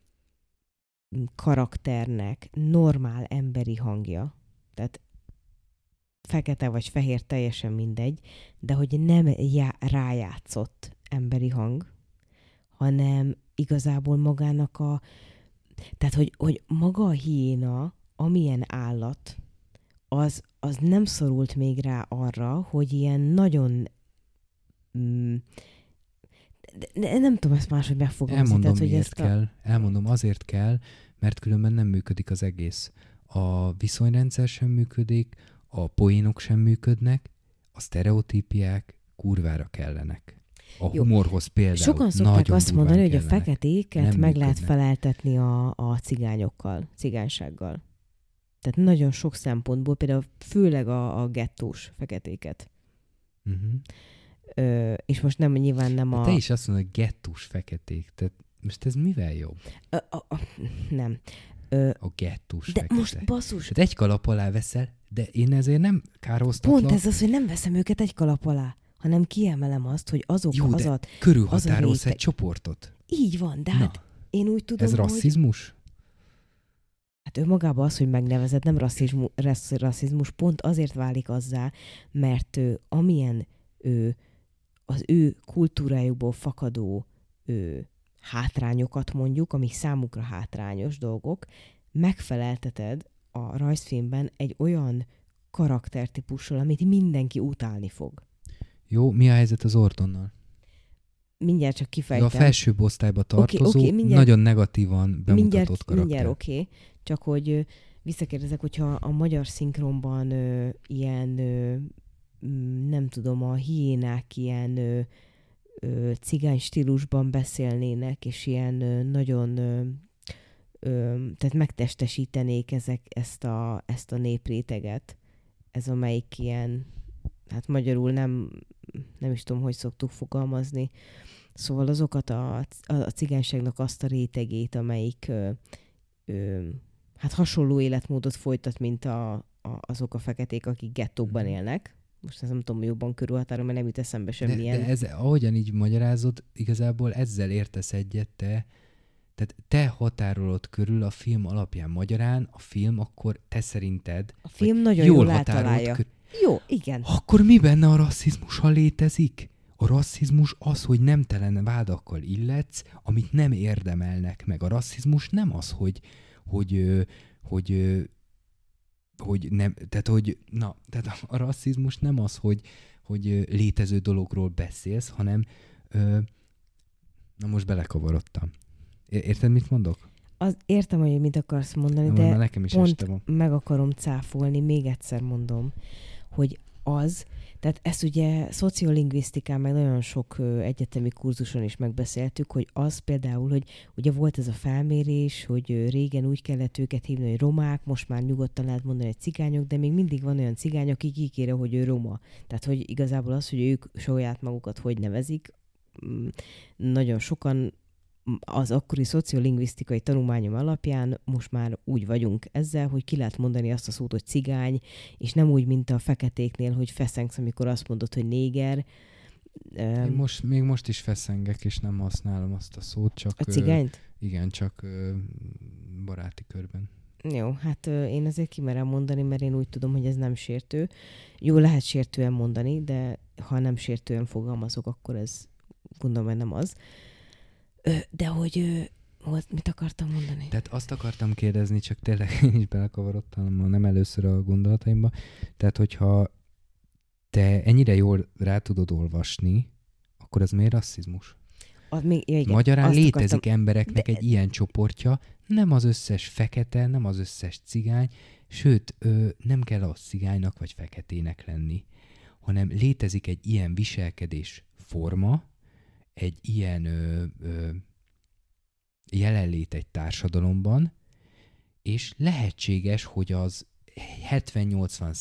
karakternek normál emberi hangja, tehát fekete vagy fehér, teljesen mindegy, de hogy nem já- rájátszott emberi hang, hanem igazából magának a... Tehát, hogy, hogy maga a hiéna, amilyen állat, az, az nem szorult még rá arra, hogy ilyen nagyon... Mm, de, de nem tudom ezt máshogy megfogalmazni. Elmondom, tehát, hogy miért ezt a... kell. Elmondom, azért kell, mert különben nem működik az egész. A viszonyrendszer sem működik, a poénok sem működnek, a sztereotípiák kurvára kellenek. A Jó. humorhoz például Sokan szokták nagyon azt mondani, hogy kellenek. a feketéket Nem meg lehet működnek. feleltetni a, a cigányokkal, cigánysággal. Tehát nagyon sok szempontból, például főleg a, a gettós feketéket. Uh-huh. Ö, és most nem nyilván nem a... Te is azt mondod, hogy gettós feketék. Tehát most ez mivel jobb? A, a, a, nem. Ö, A gettós de fekete. most basszus, Tehát egy kalap alá veszel, de én ezért nem károztatlak. pont ez az, hogy nem veszem őket egy kalap alá, hanem kiemelem azt, hogy azok Jó, az de a... körülhatárolsz réteg- egy csoportot. Így van, de Na, hát én úgy tudom, ez hogy... rasszizmus? Hát önmagában az, hogy megnevezed, nem rasszizmus, rasszizmus, pont azért válik azzá, mert ő, amilyen ő, az ő kultúrájukból fakadó ő, hátrányokat mondjuk, amik számukra hátrányos dolgok, megfelelteted a rajzfilmben egy olyan karaktertípussal, amit mindenki utálni fog. Jó, mi a helyzet az Ordonnal? Mindjárt csak Ja, kifejtem. a felsőbb osztályba tartozó, Oké, oké, mindjárt- nagyon negatívan bemutatott mindjárt, karakter. mindjárt oké, okay. Csak hogy ö, visszakérdezek, hogyha a magyar szinkronban ö, ilyen, ö, m, nem tudom, a hiénák ilyen ö, ö, cigány stílusban beszélnének, és ilyen ö, nagyon, ö, ö, tehát megtestesítenék ezek, ezt, a, ezt a népréteget. Ez amelyik ilyen, hát magyarul nem, nem is tudom, hogy szoktuk fogalmazni. Szóval azokat a, a, a cigányságnak azt a rétegét, amelyik ö, ö, hát hasonló életmódot folytat, mint a, a, azok a feketék, akik gettókban élnek. Most ezt nem tudom jobban körülhatáron, mert nem jut eszembe De, semmilyen. de ez, ahogyan így magyarázod, igazából ezzel értesz egyet te, tehát te határolod körül a film alapján magyarán, a film akkor te szerinted... A film vagy nagyon jól jól határolod eltalálja. körül. Jó, igen. Akkor mi benne a rasszizmus, ha létezik? A rasszizmus az, hogy nemtelen vádakkal illetsz, amit nem érdemelnek meg. A rasszizmus nem az, hogy, hogy, hogy, hogy, hogy nem, tehát hogy, na, tehát a rasszizmus nem az, hogy, hogy létező dologról beszélsz, hanem, na most belekavarodtam. Érted, mit mondok? Az, értem, hogy mit akarsz mondani, Na, de nekem is pont este van. meg akarom cáfolni, még egyszer mondom, hogy az, tehát ezt ugye szociolingvisztikán, meg nagyon sok ö, egyetemi kurzuson is megbeszéltük, hogy az például, hogy ugye volt ez a felmérés, hogy ö, régen úgy kellett őket hívni, hogy romák, most már nyugodtan lehet mondani, hogy cigányok, de még mindig van olyan cigány, aki kikére, hogy ő roma. Tehát, hogy igazából az, hogy ők saját magukat hogy nevezik, mm, nagyon sokan az akkori szociolingvisztikai tanulmányom alapján most már úgy vagyunk ezzel, hogy ki lehet mondani azt a szót, hogy cigány, és nem úgy, mint a feketéknél, hogy feszengsz, amikor azt mondod, hogy néger. Én most, még most is feszengek, és nem használom azt a szót, csak... A cigányt? Ö, igen, csak ö, baráti körben. Jó, hát ö, én azért kimerem mondani, mert én úgy tudom, hogy ez nem sértő. Jó, lehet sértően mondani, de ha nem sértően fogalmazok, akkor ez gondolom, hogy nem az. Ö, de hogy ö, mit akartam mondani? Tehát azt akartam kérdezni, csak tényleg én is belekavarodtam, nem először a gondolataimba. Tehát, hogyha te ennyire jól rá tudod olvasni, akkor ez miért rasszizmus? Az még, ja, igen, Magyarán azt létezik akartam, embereknek de- egy ilyen csoportja, nem az összes fekete, nem az összes cigány, sőt, ö, nem kell az cigánynak vagy feketének lenni, hanem létezik egy ilyen viselkedés forma, egy ilyen ö, ö, jelenlét egy társadalomban, és lehetséges, hogy az hetven-nyolcvan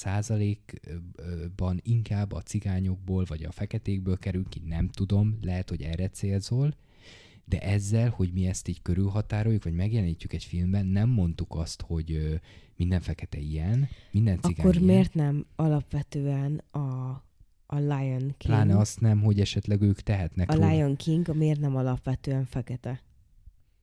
százalékban inkább a cigányokból vagy a feketékből kerül ki, nem tudom, lehet, hogy erre célzol, de ezzel, hogy mi ezt így körülhatároljuk, vagy megjelenítjük egy filmben, nem mondtuk azt, hogy ö, minden fekete ilyen, minden cigány akkor ilyen. miért nem alapvetően a, a Lion King? Pláne azt nem, hogy esetleg ők tehetnek A róla. Lion King miért nem alapvetően fekete?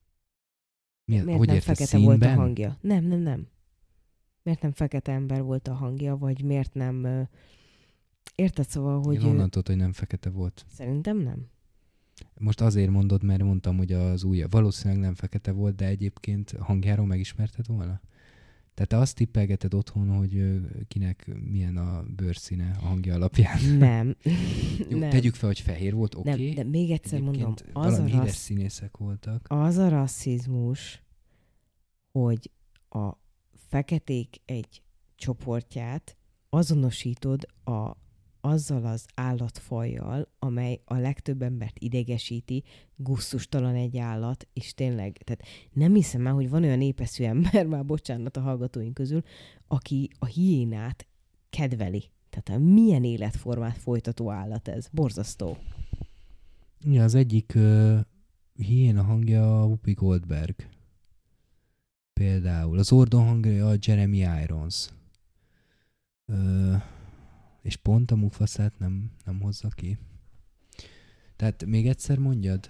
Mi, Miért hogy nem érted, fekete volt a színben? hangja? Nem, nem, nem. Miért nem fekete ember volt a hangja, vagy miért nem... ö, Érted, szóval, hogy Én ö, onnan tudod, hogy nem fekete volt. szerintem nem. Most azért mondod, mert mondtam, hogy az ujja valószínűleg nem fekete volt, de egyébként hangjáról megismerted volna? Tehát te azt tippelgeted otthon, hogy ö, kinek milyen a bőrszíne a hangja alapján. Nem. Jó, nem. tegyük fel, hogy fehér volt, oké. Nem, Okay. de még egyszer mondom, az a, valami híres rassz, színészek voltak. az a rasszizmus, hogy a feketék egy csoportját azonosítod a, azzal az állatfajjal, amely a legtöbb embert idegesíti, gusztustalan egy állat, és tényleg, tehát nem hiszem el, hogy van olyan népeszű ember, már bocsánat a hallgatóink közül, aki a hiénát kedveli. Tehát milyen életformát folytató állat ez? Borzasztó. Ja, az egyik uh, hiéna hangja a Whoopi Goldberg. Például. Az Ordon hangja a Jeremy Irons. Uh, és pont a Mufasát nem, nem hozza ki. Tehát még egyszer mondjad?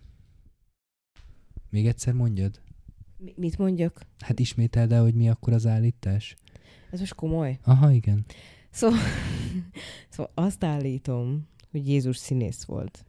Még egyszer mondjad? Mi- mit mondjak? Hát ismételd el, hogy mi akkor az állítás? Ez most komoly? Aha, igen. Szóval, szóval azt állítom, hogy Jézus színész volt.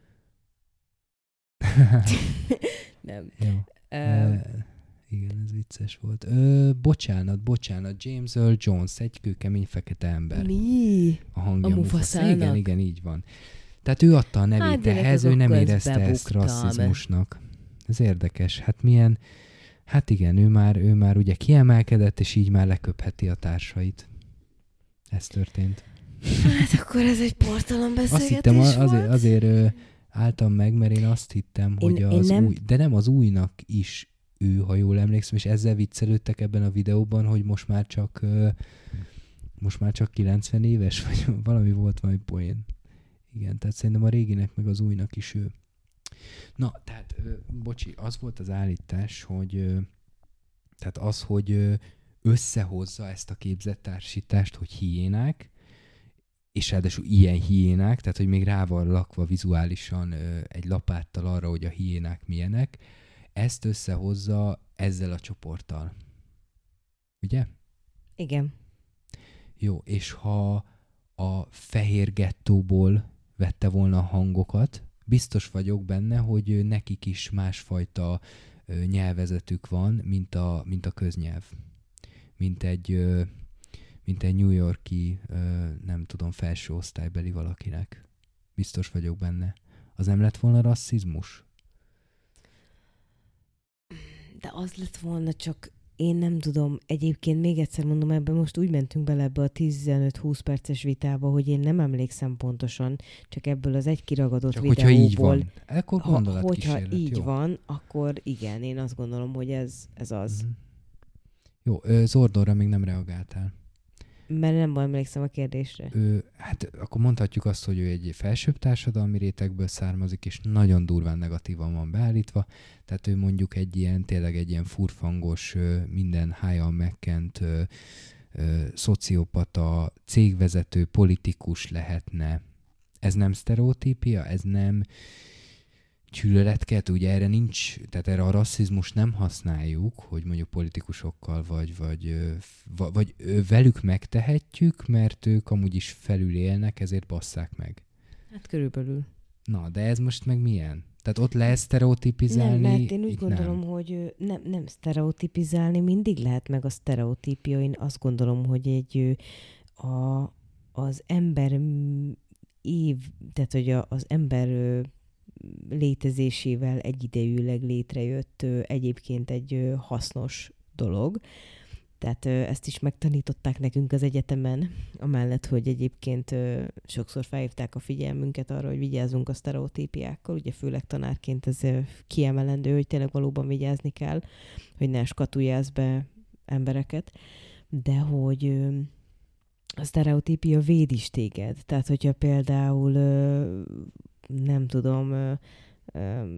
Nem. Jó. Um, E, igen, ez vicces volt. Ö, bocsánat, bocsánat. James Earl Jones, egy kőkemény fekete ember. mi? A hangja A Mufasa. Mufaszának? Igen, igen, így van. Tehát ő adta a nevét Hát, gyerek, ehhez, ő nem azok érezte ezt közbebuktam. rasszizmusnak. Ez érdekes. Hát milyen... Hát igen, ő már, ő már ugye kiemelkedett, és így már leköpheti a társait. Ez történt. Hát akkor ez egy portalan Azt beszélgetés hittem, a- azért, volt. azért ö, álltam meg, mert én azt hittem, Én- hogy én az nem- új... De nem az újnak is ő, ha jól emlékszem, és ezzel viccelődtek ebben a videóban, hogy most már csak ö, most már csak kilencven éves, vagy valami volt, valami poén. Igen, tehát szerintem a réginek meg az újnak is ő. Na, tehát, ö, bocsi, az volt az állítás, hogy ö, tehát az, hogy ö, összehozza ezt a képzettársítást, hogy hiénák, és ráadásul ilyen hiénák, tehát hogy még rá van lakva vizuálisan ö, egy lapáttal arra, hogy a hiénák milyenek, ezt összehozza ezzel a csoporttal. Ugye? Igen. Jó, és ha a fehér gettóból vette volna a hangokat, biztos vagyok benne, hogy ö, nekik is másfajta ö, nyelvezetük van, mint a, mint a köznyelv. Mint egy, ö, mint egy New York-i, ö, nem tudom, felső osztálybeli valakinek. Biztos vagyok benne. Az nem lett volna rasszizmus? De az lett volna, csak én nem tudom. Egyébként még egyszer mondom, ebben most úgy mentünk bele ebbe a tizenöt-húsz perces vitába, hogy én nem emlékszem pontosan, csak ebből az egy kiragadott Csak videóból. hogyha így van. Akkor Ha, gondolatkísérlet. hogyha így jó. van, akkor igen, én azt gondolom, hogy ez, ez az. Mhm. Jó, ö, Zordonra még nem reagáltál. Mert nem emlékszem a kérdésre. Ő, hát akkor mondhatjuk azt, hogy ő egy felsőbb társadalmi rétegből származik, és nagyon durván negatívan van beállítva. Tehát ő mondjuk egy ilyen, tényleg egy ilyen furfangos, ö, minden hájjal megkent ö, ö, szociopata, cégvezető, politikus lehetne. Ez nem sztereotípia? Ez nem gyűlöletket? Ugye erre nincs, tehát erre a rasszizmus nem használjuk, hogy mondjuk politikusokkal vagy, vagy, ö, v- vagy ö, velük megtehetjük, mert ők amúgy is felül élnek, ezért basszák meg. Hát körülbelül. Na, de ez most meg milyen? Tehát ott lehet sztereotipizálni? Nem, mert én úgy itt gondolom, nem. hogy ö, nem, nem sztereotipizálni, mindig lehet meg a sztereotípia. Én azt gondolom, hogy egy ö, a, az ember mm, év, tehát hogy a, az ember ö, létezésével egyidejűleg létrejött ö, egyébként egy ö, hasznos dolog. Tehát ö, ezt is megtanították nekünk az egyetemen, amellett, hogy egyébként ö, sokszor felhívták a figyelmünket arra, hogy vigyázzunk a sztereotípiákkal. Ugye főleg tanárként ez ö, kiemelendő, hogy tényleg valóban vigyázni kell, hogy ne skatujázz be embereket. De hogy ö, a sztereotípia véd is téged. Tehát, hogyha például ö, nem tudom, ö, ö,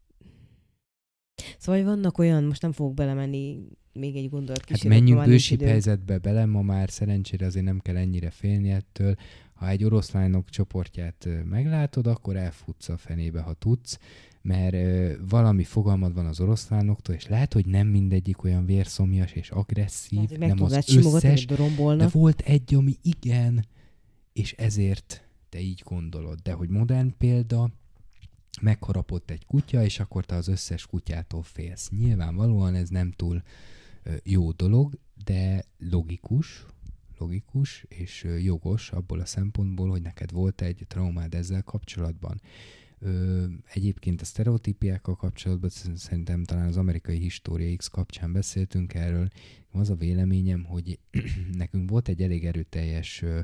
szóval vannak olyan, most nem fogok belemenni még egy gondolat Hát kísérletbe, menjünk már nincs bősibb időm. helyzetbe bele, ma már szerencsére azért nem kell ennyire félni ettől. Ha egy oroszlánok csoportját ö, meglátod, akkor elfutsz a fenébe, ha tudsz, mert ö, valami fogalmad van az oroszlánoktól, és lehet, hogy nem mindegyik olyan vérszomjas és agresszív, Lehet, hogy meg nem tudnád az simogatni, összes, hogy dorombolna. de volt egy, ami igen, és ezért te így gondolod. De hogy modern példa, megharapott egy kutya, és akkor te az összes kutyától félsz. Nyilvánvalóan ez nem túl ö, jó dolog, de logikus, logikus és ö, jogos abból a szempontból, hogy neked volt egy traumád ezzel kapcsolatban. Ö, egyébként a sztereotípiákkal kapcsolatban szerintem talán az Amerikai History X kapcsán beszéltünk erről. Az a véleményem, hogy nekünk volt egy elég erőteljes ö,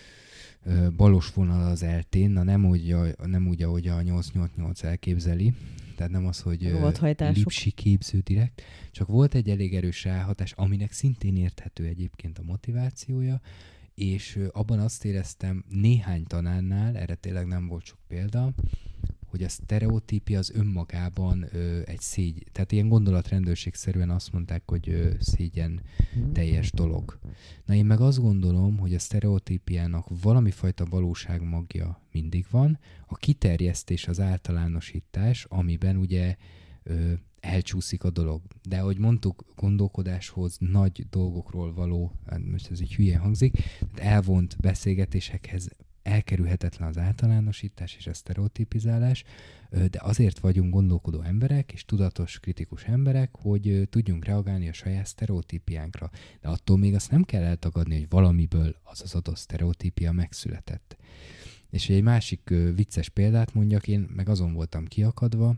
ö, balos vonal az eltén, na nem úgy, a, nem úgy, ahogy a nyolc nyolc nyolc elképzeli, tehát nem az, hogy ö, lipsi képző direkt, csak volt egy elég erős ráhatás, aminek szintén érthető egyébként a motivációja, és ö, abban azt éreztem néhány tanárnál, erre tényleg nem volt sok példa, hogy a sztereotípia az önmagában ö, egy szégy, tehát ilyen gondolatrendőrségszerűen azt mondták, hogy ö, szégyen teljes dolog. Na én meg azt gondolom, hogy a sztereotípiának valami fajta valóság magja mindig van, a kiterjesztés, az általánosítás, amiben ugye ö, elcsúszik a dolog. De ahogy mondtuk, gondolkodáshoz, nagy dolgokról való, most ez így hülye hangzik, elvont beszélgetésekhez elkerülhetetlen az általánosítás és a sztereotipizálás, de azért vagyunk gondolkodó emberek és tudatos, kritikus emberek, hogy tudjunk reagálni a saját sztereotípiánkra. De attól még azt nem kell eltagadni, hogy valamiből az az adott sztereotípia megszületett. És egy másik vicces példát mondjak, én meg azon voltam kiakadva,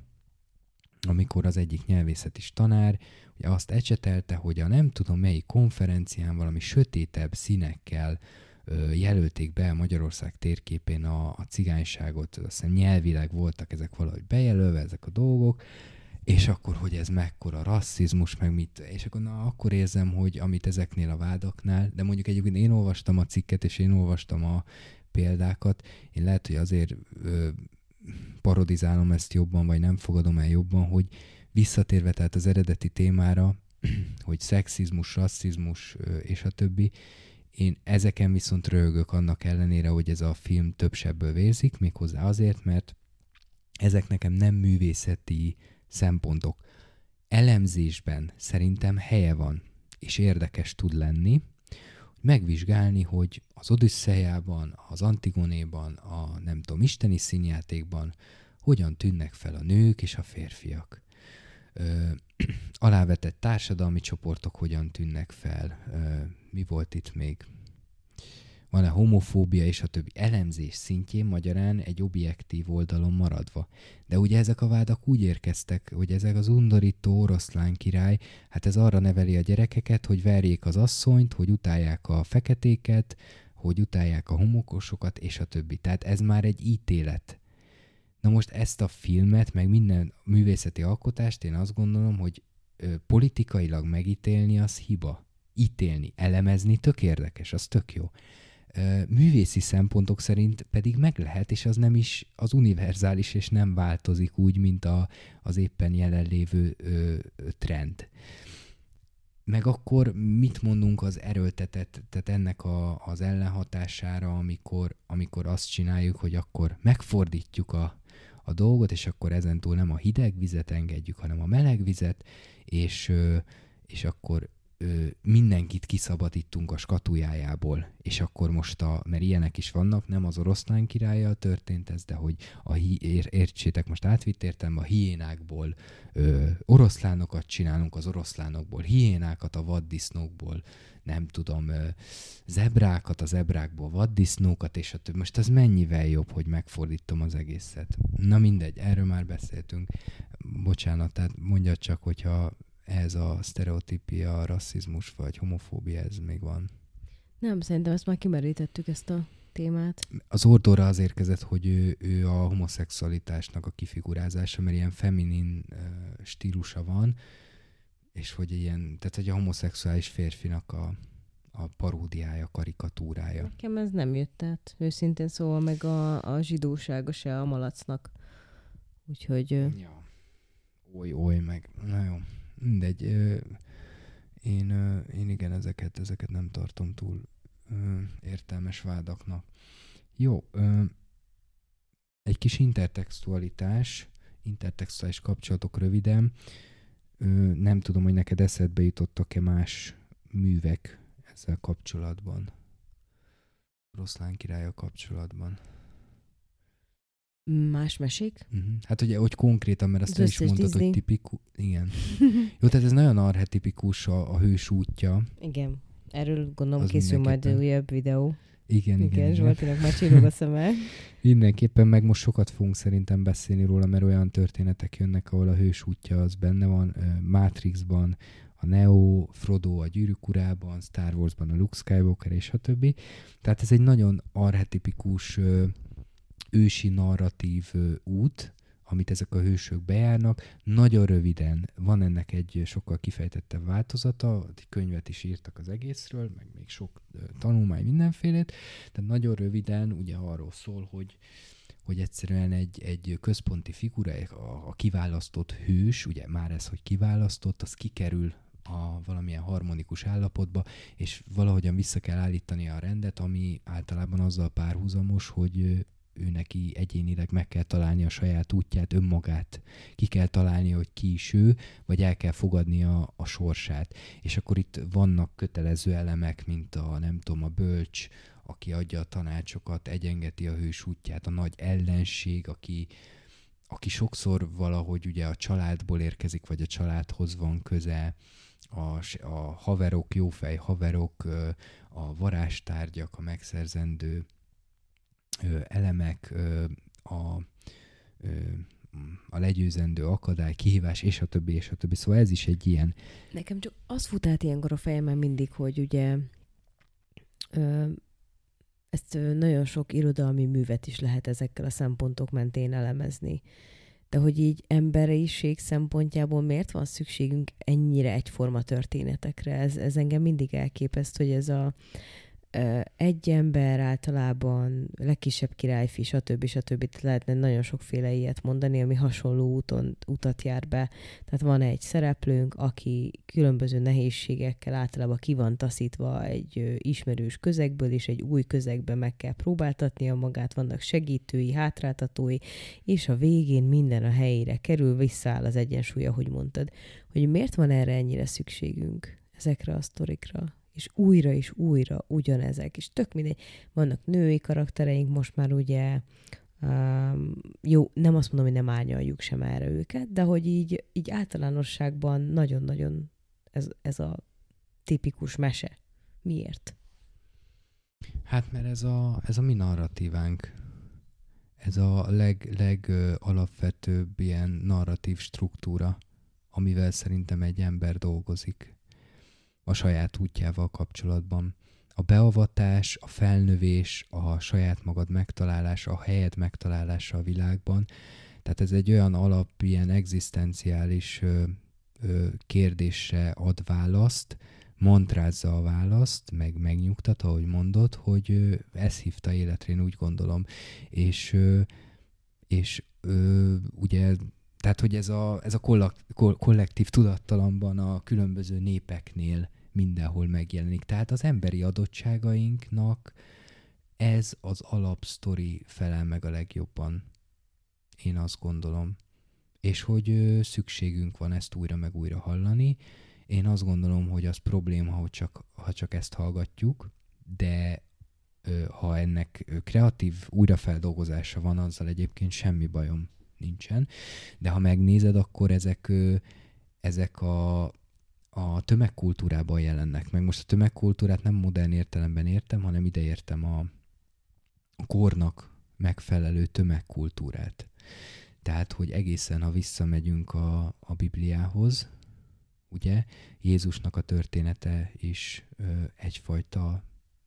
amikor az egyik nyelvészetis tanár ugye azt ecsetelte, hogy a nem tudom melyik konferencián valami sötétebb színekkel jelölték be Magyarország térképén a, a cigányságot, azt hiszem nyelvileg voltak ezek valahogy bejelölve, ezek a dolgok, és akkor, hogy ez mekkora rasszizmus, meg mit, és akkor na, akkor érzem, hogy amit ezeknél a vádaknál, de mondjuk egyébként én olvastam a cikket, és én olvastam a példákat, én lehet, hogy azért ö, parodizálom ezt jobban, vagy nem fogadom el jobban, hogy visszatérve tehát az eredeti témára, hogy szexizmus, rasszizmus ö, és a többi, én ezeken viszont röhögök annak ellenére, hogy ez a film több sebből vérzik, méghozzá azért, mert ezek nekem nem művészeti szempontok. Elemzésben szerintem helye van, és érdekes tud lenni, megvizsgálni, hogy az Odüsszeiában, az Antigonéban, a nem tudom, isteni színjátékban hogyan tűnnek fel a nők és a férfiak. Ö, alávetett társadalmi csoportok hogyan tűnnek fel. Ö, mi volt itt még? Van-e homofóbia és a többi elemzés szintjén magyarán egy objektív oldalon maradva. De ugye ezek a vádak úgy érkeztek, hogy ezek az undorító oroszlán király, hát ez arra neveli a gyerekeket, hogy verjék az asszonyt, hogy utálják a feketéket, hogy utálják a homokosokat és a többi. Tehát ez már egy ítélet. Na most ezt a filmet, meg minden művészeti alkotást én azt gondolom, hogy ö, politikailag megítélni az hiba. Ítélni, elemezni tök érdekes, az tök jó. Ö, művészi szempontok szerint pedig meg lehet, és az nem is az univerzális, és nem változik úgy, mint a, az éppen jelenlévő ö, trend. Meg akkor mit mondunk az erőltetett, tehát ennek a, az ellenhatására, amikor, amikor azt csináljuk, hogy akkor megfordítjuk a, a dolgot, és akkor ezentúl nem a hideg vizet engedjük, hanem a meleg vizet, és, és akkor mindenkit kiszabadítunk a skatujájából, és akkor most a, mert ilyenek is vannak, nem az oroszlán királlyal történt ez, de hogy a hi, ér, értsétek, most átvitt értem, a hiénákból ö, oroszlánokat csinálunk, az oroszlánokból hiénákat, a vaddisznókból, nem tudom, ö, zebrákat, a zebrákból vaddisznókat, és a több. Most az mennyivel jobb, hogy megfordítom az egészet. Na mindegy, erről már beszéltünk. Bocsánat, tehát mondja csak, hogyha ez a sztereotípia, rasszizmus vagy homofóbia, ez még van. Nem, szerintem ezt már kimerítettük, ezt a témát. Az Ordóra az érkezett, hogy ő, ő a homoszexualitásnak a kifigurázása, mert ilyen feminin uh, stílusa van, és hogy ilyen, tehát hogy a homoszexuális férfinak a, a paródiája, karikatúrája. Nekem ez nem jött át, őszintén szóval, meg a, a zsidósága se a malacnak. Úgyhogy... Ja. Oly, oly, meg... Na jó. Mindegy, én, én igen, ezeket, ezeket nem tartom túl értelmes vádaknak. Jó, egy kis intertextualitás. intertextuális kapcsolatok röviden. Ö, nem tudom, hogy neked eszedbe jutottak-e más művek ezzel kapcsolatban. Oroszlán királlyal kapcsolatban. Más mesék? Uh-huh. Hát ugye, hogy konkrétan, mert azt Az te is összes mondtad, Disney. hogy tipikus. Igen. Jó, tehát ez nagyon archetipikus a, a hős útja. Igen. Erről gondolom Az készül majd mindenképpen. újabb videó. Igen, igen, igen. Zsoltinak már csillog a szeme. Mindenképpen, meg most sokat fogunk szerintem beszélni róla, mert olyan történetek jönnek, ahol a hős útja az benne van. Matrixban a Neo, Frodo a Gyűrűk urában, Star Warsban a Luke Skywalker és a többi. Tehát ez egy nagyon archetipikus ősi narratív út, amit ezek a hősök bejárnak. Nagyon röviden van ennek egy sokkal kifejtettebb változata, egy könyvet is írtak az egészről, meg még sok tanulmány mindenfélét, tehát nagyon röviden ugye arról szól, hogy, hogy egyszerűen egy, egy központi figura, a, a kiválasztott hős, ugye már ez, hogy kiválasztott, az kikerül a valamilyen harmonikus állapotba, és valahogyan vissza kell állítani a rendet, ami általában azzal párhuzamos, hogy ő neki egyénileg meg kell találni a saját útját, önmagát. Ki kell találni, hogy ki is ő, vagy el kell fogadni a, a sorsát. És akkor itt vannak kötelező elemek, mint a, nem tudom, a bölcs, aki adja a tanácsokat, egyengeti a hős útját, a nagy ellenség, aki, aki sokszor valahogy ugye a családból érkezik, vagy a családhoz van köze, a, a haverok, jófej haverok, a varázstárgyak, a megszerzendő elemek, a, a legyőzendő akadály, kihívás, és a többi, és a többi. Szóval ez is egy ilyen... Nekem csak az fut át ilyenkor a fejemben mindig, hogy ugye ö, ezt nagyon sok irodalmi művet is lehet ezekkel a szempontok mentén elemezni. De hogy így emberiség szempontjából miért van szükségünk ennyire egyforma történetekre? Ez, ez engem mindig elképeszt, hogy ez a egy ember általában, legkisebb királyfi, stb. stb. Lehetne nagyon sokféle ilyet mondani, ami hasonló úton, utat jár be. Tehát van egy szereplőnk, aki különböző nehézségekkel általában ki van taszítva egy ismerős közegből, és egy új közegbe meg kell próbáltatnia magát, vannak segítői, hátráltatói, és a végén minden a helyére kerül, visszaáll az egyensúly, ahogy mondtad. Hogy miért van erre ennyire szükségünk, ezekre a sztorikra? És újra és újra ugyanezek, és tök mindegy. Vannak női karaktereink most már ugye, um, jó, nem azt mondom, hogy nem árnyaljuk sem erre őket, de hogy így, így általánosságban nagyon-nagyon ez, ez a tipikus mese. Miért? Hát mert ez a, ez a mi narratívánk. Ez a leg, leg ö, alapvetőbb ilyen narratív struktúra, amivel szerintem egy ember dolgozik a saját útjával kapcsolatban. A beavatás, a felnövés, a saját magad megtalálása, a helyed megtalálása a világban. Tehát ez egy olyan alap, ilyen egzisztenciális ö, ö, kérdésre ad választ, mantrázza a választ, meg megnyugtat, ahogy mondod, hogy ö, ez hívta életre, én úgy gondolom. És, ö, és ö, ugye tehát, hogy ez a, ez a kollektív tudattalamban a különböző népeknél mindenhol megjelenik. Tehát az emberi adottságainknak ez az alapsztori felel meg a legjobban. Én azt gondolom. És hogy ö, szükségünk van ezt újra meg újra hallani. Én azt gondolom, hogy az probléma, hogy csak, ha csak ezt hallgatjuk, de ö, ha ennek kreatív újrafeldolgozása van, azzal egyébként semmi bajom nincsen. De ha megnézed, akkor ezek, ezek a, a tömegkultúrában jelennek meg. Most a tömegkultúrát nem modern értelemben értem, hanem ide értem a, a kornak megfelelő tömegkultúrát. Tehát, hogy egészen, ha visszamegyünk a, a Bibliához, ugye, Jézusnak a története is ö, egyfajta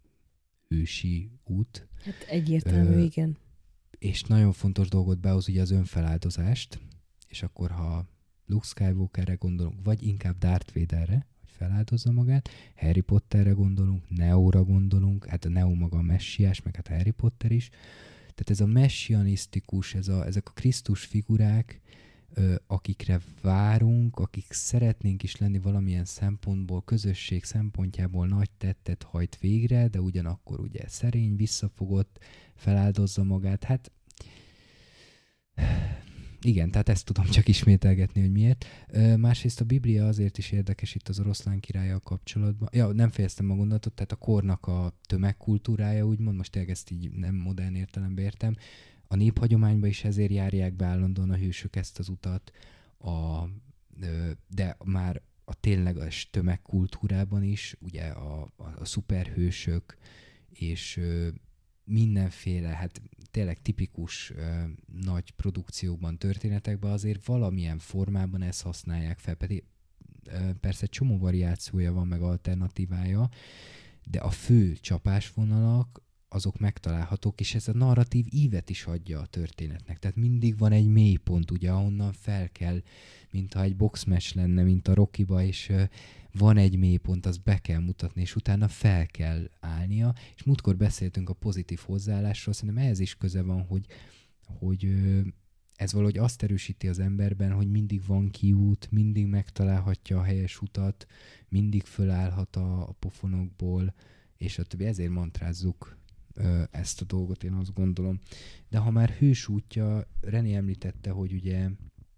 ősi út. Hát egyértelmű, ö, igen. És nagyon fontos dolgot behoz ugye az önfeláldozást, és akkor ha Luke Skywalkerre gondolunk, vagy inkább Darth Vaderre, hogy feláldozza magát, Harry Potterre gondolunk, Neóra gondolunk, hát a Neo maga a messiás, meg hát Harry Potter is. Tehát ez a messianisztikus, ez a, ezek a Krisztus figurák, ö, akikre várunk, akik szeretnénk is lenni valamilyen szempontból, közösség szempontjából nagy tettet hajt végre, de ugyanakkor ugye szerény, visszafogott, feláldozza magát. Hát igen, tehát ezt tudom csak ismételgetni, hogy miért. Ö, másrészt a Biblia azért is érdekes itt az oroszlán királlyal kapcsolatban. Ja, nem fejeztem a gondolatot, tehát a kornak a tömegkultúrája, úgymond, most tényleg ezt így nem modern értelemben értem. A néphagyományban is ezért járják be állandóan a hősök ezt az utat, a, ö, de már a tényleges tömegkultúrában is, ugye a, a, a szuperhősök, és ö, mindenféle, hát tényleg tipikus ö, nagy produkciókban, történetekben azért valamilyen formában ezt használják fel, pedig ö, persze csomó variációja van, meg alternatívája, de a fő csapásvonalak azok megtalálhatók, és ez a narratív ívet is adja a történetnek. Tehát mindig van egy mélypont, ugye, ahonnan fel kell, mintha egy boxmatch lenne, mint a Rockyba, és ö, van egy mélypont, azt be kell mutatni, és utána fel kell állnia. És múltkor beszéltünk a pozitív hozzáállásról, szerintem ehhez is köze van, hogy, hogy ö, ez valahogy azt erősíti az emberben, hogy mindig van kiút, mindig megtalálhatja a helyes utat, mindig fölállhat a, a pofonokból, és a többi. Ezért mantrázzuk ö, ezt a dolgot, én azt gondolom. De ha már hős útja, René említette, hogy ugye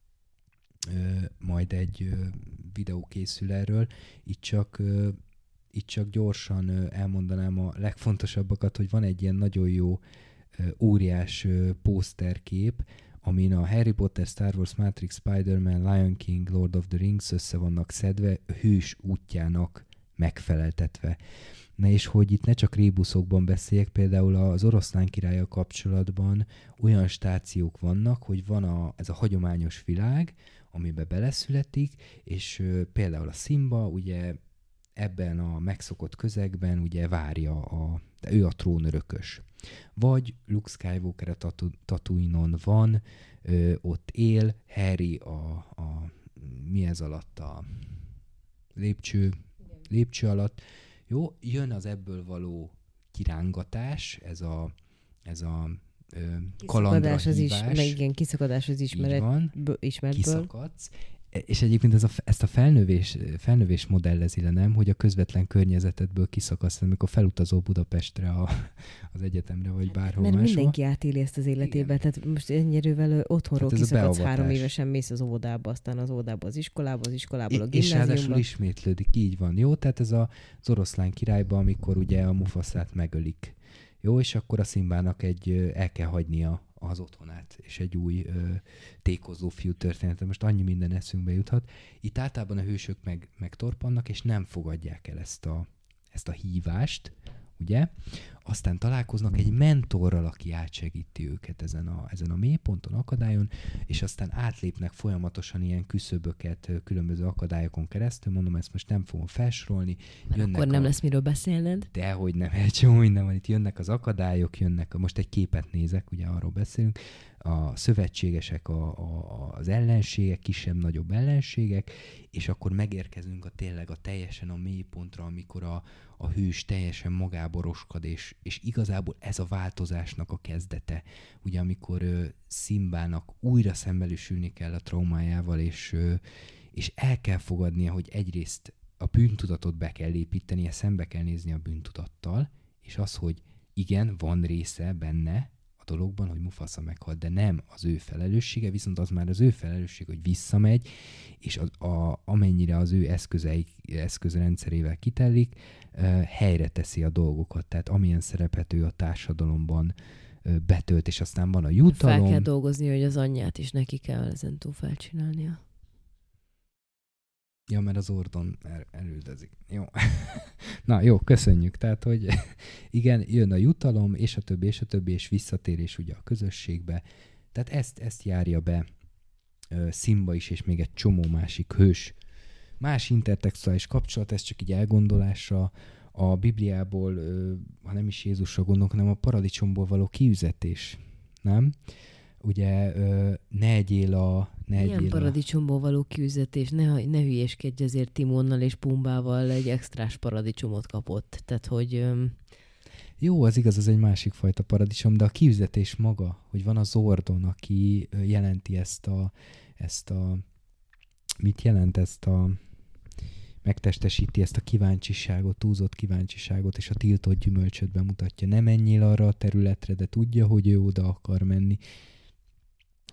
ö, majd egy ö, videó készül erről, itt csak, ö, itt csak gyorsan ö, elmondanám a legfontosabbakat, hogy van egy ilyen nagyon jó ö, óriás ö, pószterkép, amin a Harry Potter, Star Wars, Matrix, Spider-Man, Lion King, Lord of the Rings össze vannak szedve, hős útjának megfeleltetve. Na és hogy itt ne csak rébuszokban beszéljek, például az Oroszlán királlyal kapcsolatban olyan stációk vannak, hogy van a, ez a hagyományos világ, amiben beleszületik, és ö, például a Simba, ugye ebben a megszokott közegben ugye várja, a, de ő a trónörökös. Vagy Luke Skywalker a tatu- Tatooine-on van, ö, ott él, Harry a, a mi ez alatt a lépcső, lépcső alatt. Jó, jön az ebből való kirángatás, ez a, ez a ö, kalandra az is, hívás. meg igen, kiszakadás az ismeret, van, ismeretből. Kiszakadsz. És egyébként ez a, ezt a felnövés, felnövés modellezi le, nem? Hogy a közvetlen környezetedből kiszakadsz, amikor felutazol Budapestre a, az egyetemre, vagy bárhol Mert máshol. mindenki átéli ezt az életében. Igen. Tehát most ennyire otthonról hát kiszakadsz, három évesen mész az óvodába, aztán az óvodába az iskolába, az iskolából a gimnáziumba. És ráadásul ismétlődik, így van. Jó, tehát ez a, az Oroszlán királyban, amikor ugye a Mufaszát megölik. Jó, és akkor a Szimbának egy, el kell hagynia az otthonát, és egy új ö, tékozó fiú története. Most annyi minden eszünkbe juthat. Itt általában a hősök meg, megtorpannak, és nem fogadják el ezt a, ezt a hívást, ugye? Aztán találkoznak egy mentorral, aki átsegíti őket ezen a, ezen a mélyponton, akadályon, és aztán átlépnek folyamatosan ilyen küszöböket különböző akadályokon keresztül. Mondom, ezt most nem fogom felsorolni. Akkor nem a... lesz miről beszélned. Dehogy nem, egy csomó minden van. Itt jönnek az akadályok, jönnek, most egy képet nézek, ugye arról beszélünk, a szövetségesek, a, a, az ellenségek, kisebb-nagyobb ellenségek, és akkor megérkezünk a tényleg a teljesen a mélypontra, amikor a, a hős teljesen magába roskad, és, és igazából ez a változásnak a kezdete. Ugye amikor ö, Szimbának újra szembelősülni kell a traumájával, és, ö, és el kell fogadnia, hogy egyrészt a bűntudatot be kell építenie, szembe kell nézni a bűntudattal, és az, hogy igen, van része benne a dologban, hogy Mufasa meghalt, de nem az ő felelőssége, viszont az már az ő felelősség, hogy visszamegy, és a, a, amennyire az ő eszközeik, eszközrendszerével kitellik, uh, helyre teszi a dolgokat. Tehát amilyen szerepet ő a társadalomban uh, betölt, és aztán van a jutalom. Fel kell dolgozni, hogy az anyját is neki kell ezentúl felcsinálnia. Ja, mert az Ordon el, elüldezik. Jó. Na jó, köszönjük. Tehát, hogy igen, jön a jutalom, és a többi, és a többi, és visszatérés ugye a közösségbe. Tehát ezt, ezt járja be uh, Simba is, és még egy csomó másik hős. Más intertextuális kapcsolat, ez csak így elgondolásra a Bibliából, uh, ha nem is Jézusra gondolok, hanem a paradicsomból való kiüzetés. Nem? Ugye uh, ne egyél a... Ne Milyen paradicsomból való kiüzetés? Ne, ne hülyéskedj, ezért Timonnal és Pumbával egy extrás paradicsomot kapott. Tehát, hogy... Um... Jó, az igaz, az egy másik fajta paradicsom, de a kiüzetés maga, hogy van az Ordon, aki jelenti ezt a... Ezt a mit jelent ezt a... megtestesíti ezt a kíváncsiságot, túlzott kíváncsiságot, és a tiltott gyümölcsöt bemutatja. Nem menjél arra a területre, de tudja, hogy ő oda akar menni.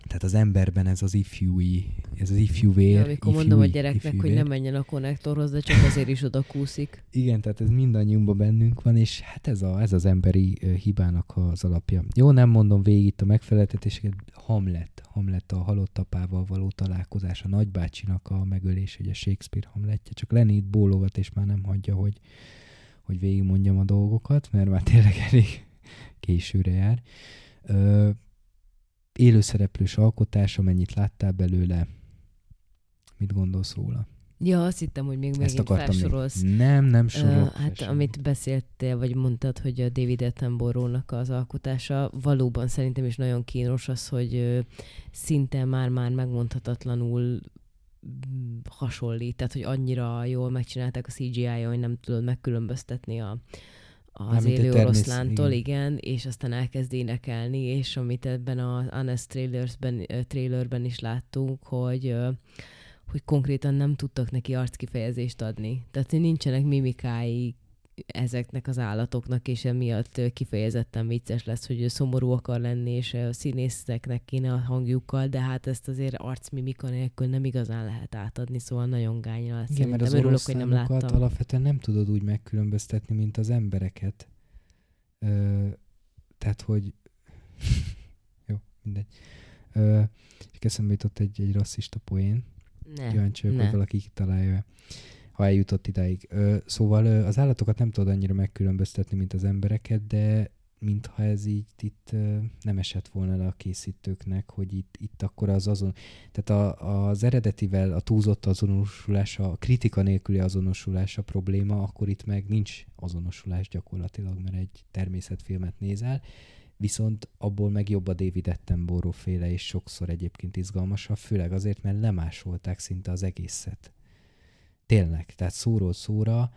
Tehát az emberben ez az ifjúi, ez az ifjú vér. Ja, amikor ifjúi, mondom a gyereknek, ifjú hogy vér. nem menjen a konnektorhoz, de csak azért is oda kúszik. Igen, tehát ez mindannyiunkban bennünk van, és hát ez, a, ez az emberi uh, hibának az alapja. Jó, nem mondom végig itt a megfeleltetéseket. Hamlet, Hamlet a halott apával való találkozás, a nagybácsinak a megölés, ugye Shakespeare Hamletje, csak Lenny itt bólogat, és már nem hagyja, hogy, hogy végigmondjam a dolgokat, mert már tényleg elég későre jár. Uh, élőszereplős alkotás, amennyit láttál belőle, mit gondolsz róla? Ja, azt hittem, hogy még Ezt megint felsorolsz. még. Nem, nem sorolok. Uh, hát amit beszéltél, vagy mondtad, hogy a David Attenborough-nak az alkotása, valóban szerintem is nagyon kínos az, hogy uh, szinte már-már megmondhatatlanul hasonlít, tehát hogy annyira jól megcsinálták a cé gé í-on, hogy nem tudod megkülönböztetni a az élő oroszlántól, igen, és aztán elkezd énekelni, és amit ebben az Honest Trailersben, trailerben is láttunk, hogy, hogy konkrétan nem tudtak neki arckifejezést adni. Tehát nincsenek mimikái ezeknek az állatoknak, és emiatt kifejezetten vicces lesz, hogy szomorú akar lenni, és a színészeknek kéne a hangjukkal, de hát ezt azért arcmimika nélkül nem igazán lehet átadni, szóval nagyon gányra lesz. Igen, mert az örülök, hogy nem láttam. Alapvetően nem tudod úgy megkülönböztetni, mint az embereket. Ö, tehát, hogy... Jó, mindegy. Ö, és eszembe jutott egy, egy rasszista poén. Ne, Kíváncsi vagyok, ne. hogy valaki kitalálja, ha eljutott idáig. Ö, szóval ö, az állatokat nem tudod annyira megkülönböztetni, mint az embereket, de mintha ez így itt ö, nem esett volna le a készítőknek, hogy itt, itt akkor az azon... Tehát a, az eredetivel a túlzott azonosulása, a kritika nélküli azonosulása probléma, akkor itt meg nincs azonosulás gyakorlatilag, mert egy természetfilmet nézel, viszont abból meg jobb a David Attenborough féle, és sokszor egyébként izgalmasabb, főleg azért, mert lemásolták szinte az egészet. Tényleg, tehát szóról szóra,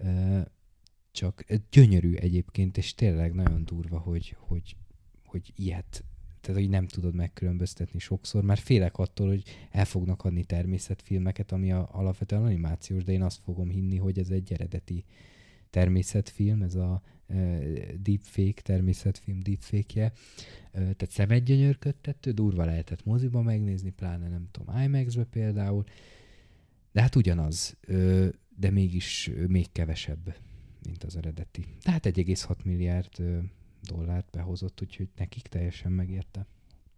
csak gyönyörű egyébként, és tényleg nagyon durva, hogy, hogy, hogy ilyet, tehát hogy nem tudod megkülönböztetni sokszor, mert félek attól, hogy el fognak adni természetfilmeket, ami a, alapvetően animációs, de én azt fogom hinni, hogy ez egy eredeti természetfilm, ez a uh, deepfake, természetfilm deepfake-je. Uh, tehát szemedgyönyörködtető, durva lehetett moziba megnézni, pláne nem tudom, IMAX-be például, de hát ugyanaz, uh, de mégis uh, még kevesebb, mint az eredeti. Tehát egy egész hat milliárd uh, dollárt behozott, úgyhogy nekik teljesen megérte.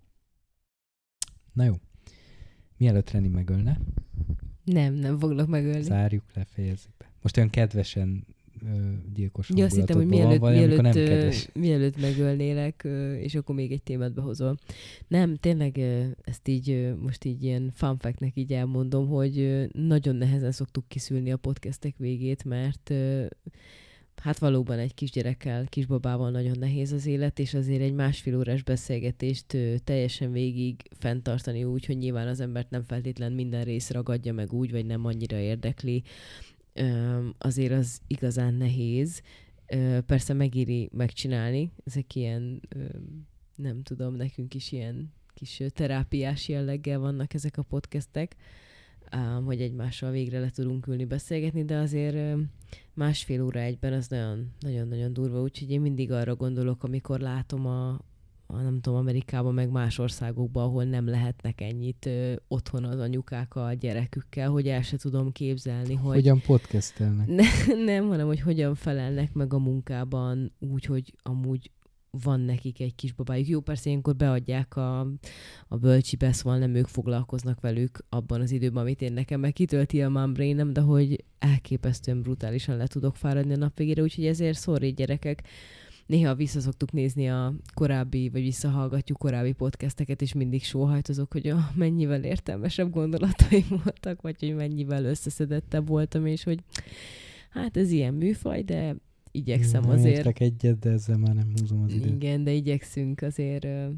Na jó. Mielőtt Reni megölne? Nem, nem foglak megölni. Zárjuk le, fejezzük be. Most olyan kedvesen ö, gyilkos Ja, azt hittem, hogy mielőtt, van, mielőtt, mielőtt, nem ö, kedves. mielőtt megölnélek, ö, és akkor még egy témát behozol. Nem, tényleg ö, ezt így ö, most így ilyen fun fact-nek így elmondom, hogy ö, nagyon nehezen szoktuk kiszülni a podcastek végét, mert ö, hát valóban egy kisgyerekkel, kisbabával nagyon nehéz az élet, és azért egy másfél órás beszélgetést ö, teljesen végig fenntartani úgy, hogy nyilván az embert nem feltétlen minden rész ragadja meg úgy, vagy nem annyira érdekli. Ö, azért az igazán nehéz. Ö, persze megéri megcsinálni. Ezek ilyen, ö, nem tudom, nekünk is ilyen kis ö, terápiás jelleggel vannak ezek a podcastek, ám, hogy egymással végre le tudunk ülni, beszélgetni, de azért ö, másfél óra egyben az nagyon, nagyon-nagyon durva, úgyhogy én mindig arra gondolok, amikor látom a, a nem tudom, Amerikában, meg más országokban, ahol nem lehetnek ennyit ö, otthon az anyukák a gyerekükkel, hogy el se tudom képzelni, hogy... Hogyan podcastelnek? Ne, nem, hanem hogy hogyan felelnek meg a munkában úgy, hogy amúgy van nekik egy kisbabájuk. Jó, persze ilyenkor beadják a, a bölcsibe, szóval nem ők foglalkoznak velük abban az időben, amit én nekem meg kitölti a mom brainem, de hogy elképesztően brutálisan le tudok fáradni a nap végére, úgyhogy ezért sorry gyerekek. Néha visszaszoktuk nézni a korábbi, vagy visszahallgatjuk korábbi podcasteket, és mindig sóhajtozok, hogy oh, mennyivel értelmesebb gondolataim voltak, vagy hogy mennyivel összeszedettebb voltam, és hogy hát ez ilyen műfaj, de igyekszem nem azért. értek egyet, de ezzel már nem húzom az időt. Igen, de igyekszünk azért uh,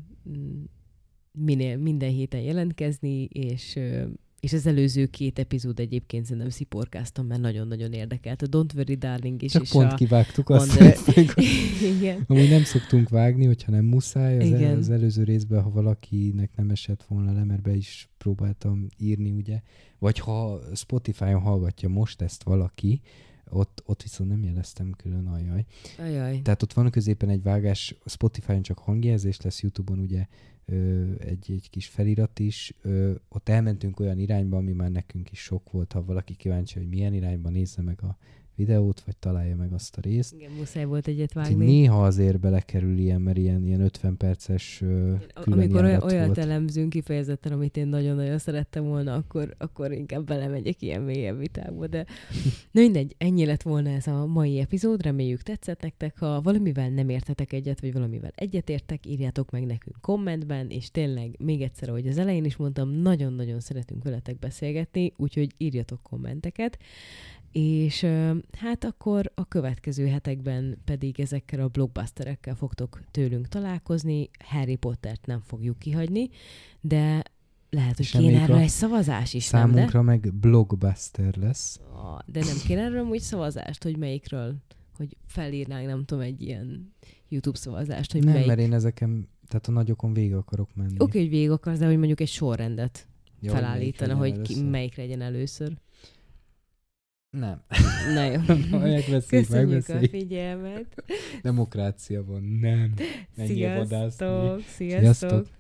minél, minden héten jelentkezni, és, uh, és az előző két epizód egyébként szerintem sziporkáztam, mert nagyon-nagyon érdekelt. A Don't Worry Darling is. Csak és pont a kivágtuk azt, Wonder... hogy Igen. amúgy nem szoktunk vágni, hogyha nem muszáj. Az, Igen. el, az előző részben, ha valakinek nem esett volna le, mert be is próbáltam írni, ugye. Vagy ha Spotify-on hallgatja most ezt valaki, ott, ott viszont nem jeleztem külön, ajaj. Ajaj. Tehát ott van középen egy vágás, Spotify-on csak hangjelzés lesz, YouTube-on ugye ö, egy, egy kis felirat is. Ö, ott elmentünk olyan irányba, ami már nekünk is sok volt, ha valaki kíváncsi, hogy milyen irányba nézze meg a videót, vagy találja meg azt a részt. Igen, muszáj volt egyet Úgyhogy vágni. néha azért belekerül ilyen, mert ilyen, ilyen ötven perces ö, Amikor oly- különjárat olyat volt. elemzünk kifejezetten, amit én nagyon-nagyon szerettem volna, akkor, akkor inkább belemegyek ilyen mélyebb vitába, de na mindegy, ennyi lett volna ez a mai epizód, reméljük tetszett nektek, ha valamivel nem értetek egyet, vagy valamivel egyetértek, írjátok meg nekünk kommentben, és tényleg még egyszer, ahogy az elején is mondtam, nagyon-nagyon szeretünk veletek beszélgetni, úgyhogy írjatok kommenteket. És hát akkor a következő hetekben pedig ezekkel a blockbusterekkel fogtok tőlünk találkozni. Harry Pottert nem fogjuk kihagyni, de lehet, hogy kéne erről egy szavazás is, számunkra nem? De? meg blockbuster lesz. De nem kéne erről úgy szavazást, hogy melyikről, hogy felírnánk, nem tudom, egy ilyen YouTube szavazást, hogy nem, melyik. mert én ezeken, tehát a nagyokon végig akarok menni. Oké, okay, hogy végig akarsz, de hogy mondjuk egy sorrendet ja, felállítana, hogy melyik ki, melyik legyen először. Nem. Na jó. Megbeszéljük, Köszönjük megbeszéljük. a figyelmet. Demokrácia van, nem. Menjél vadászni. Sziasztok, sziasztok. Sziasztok.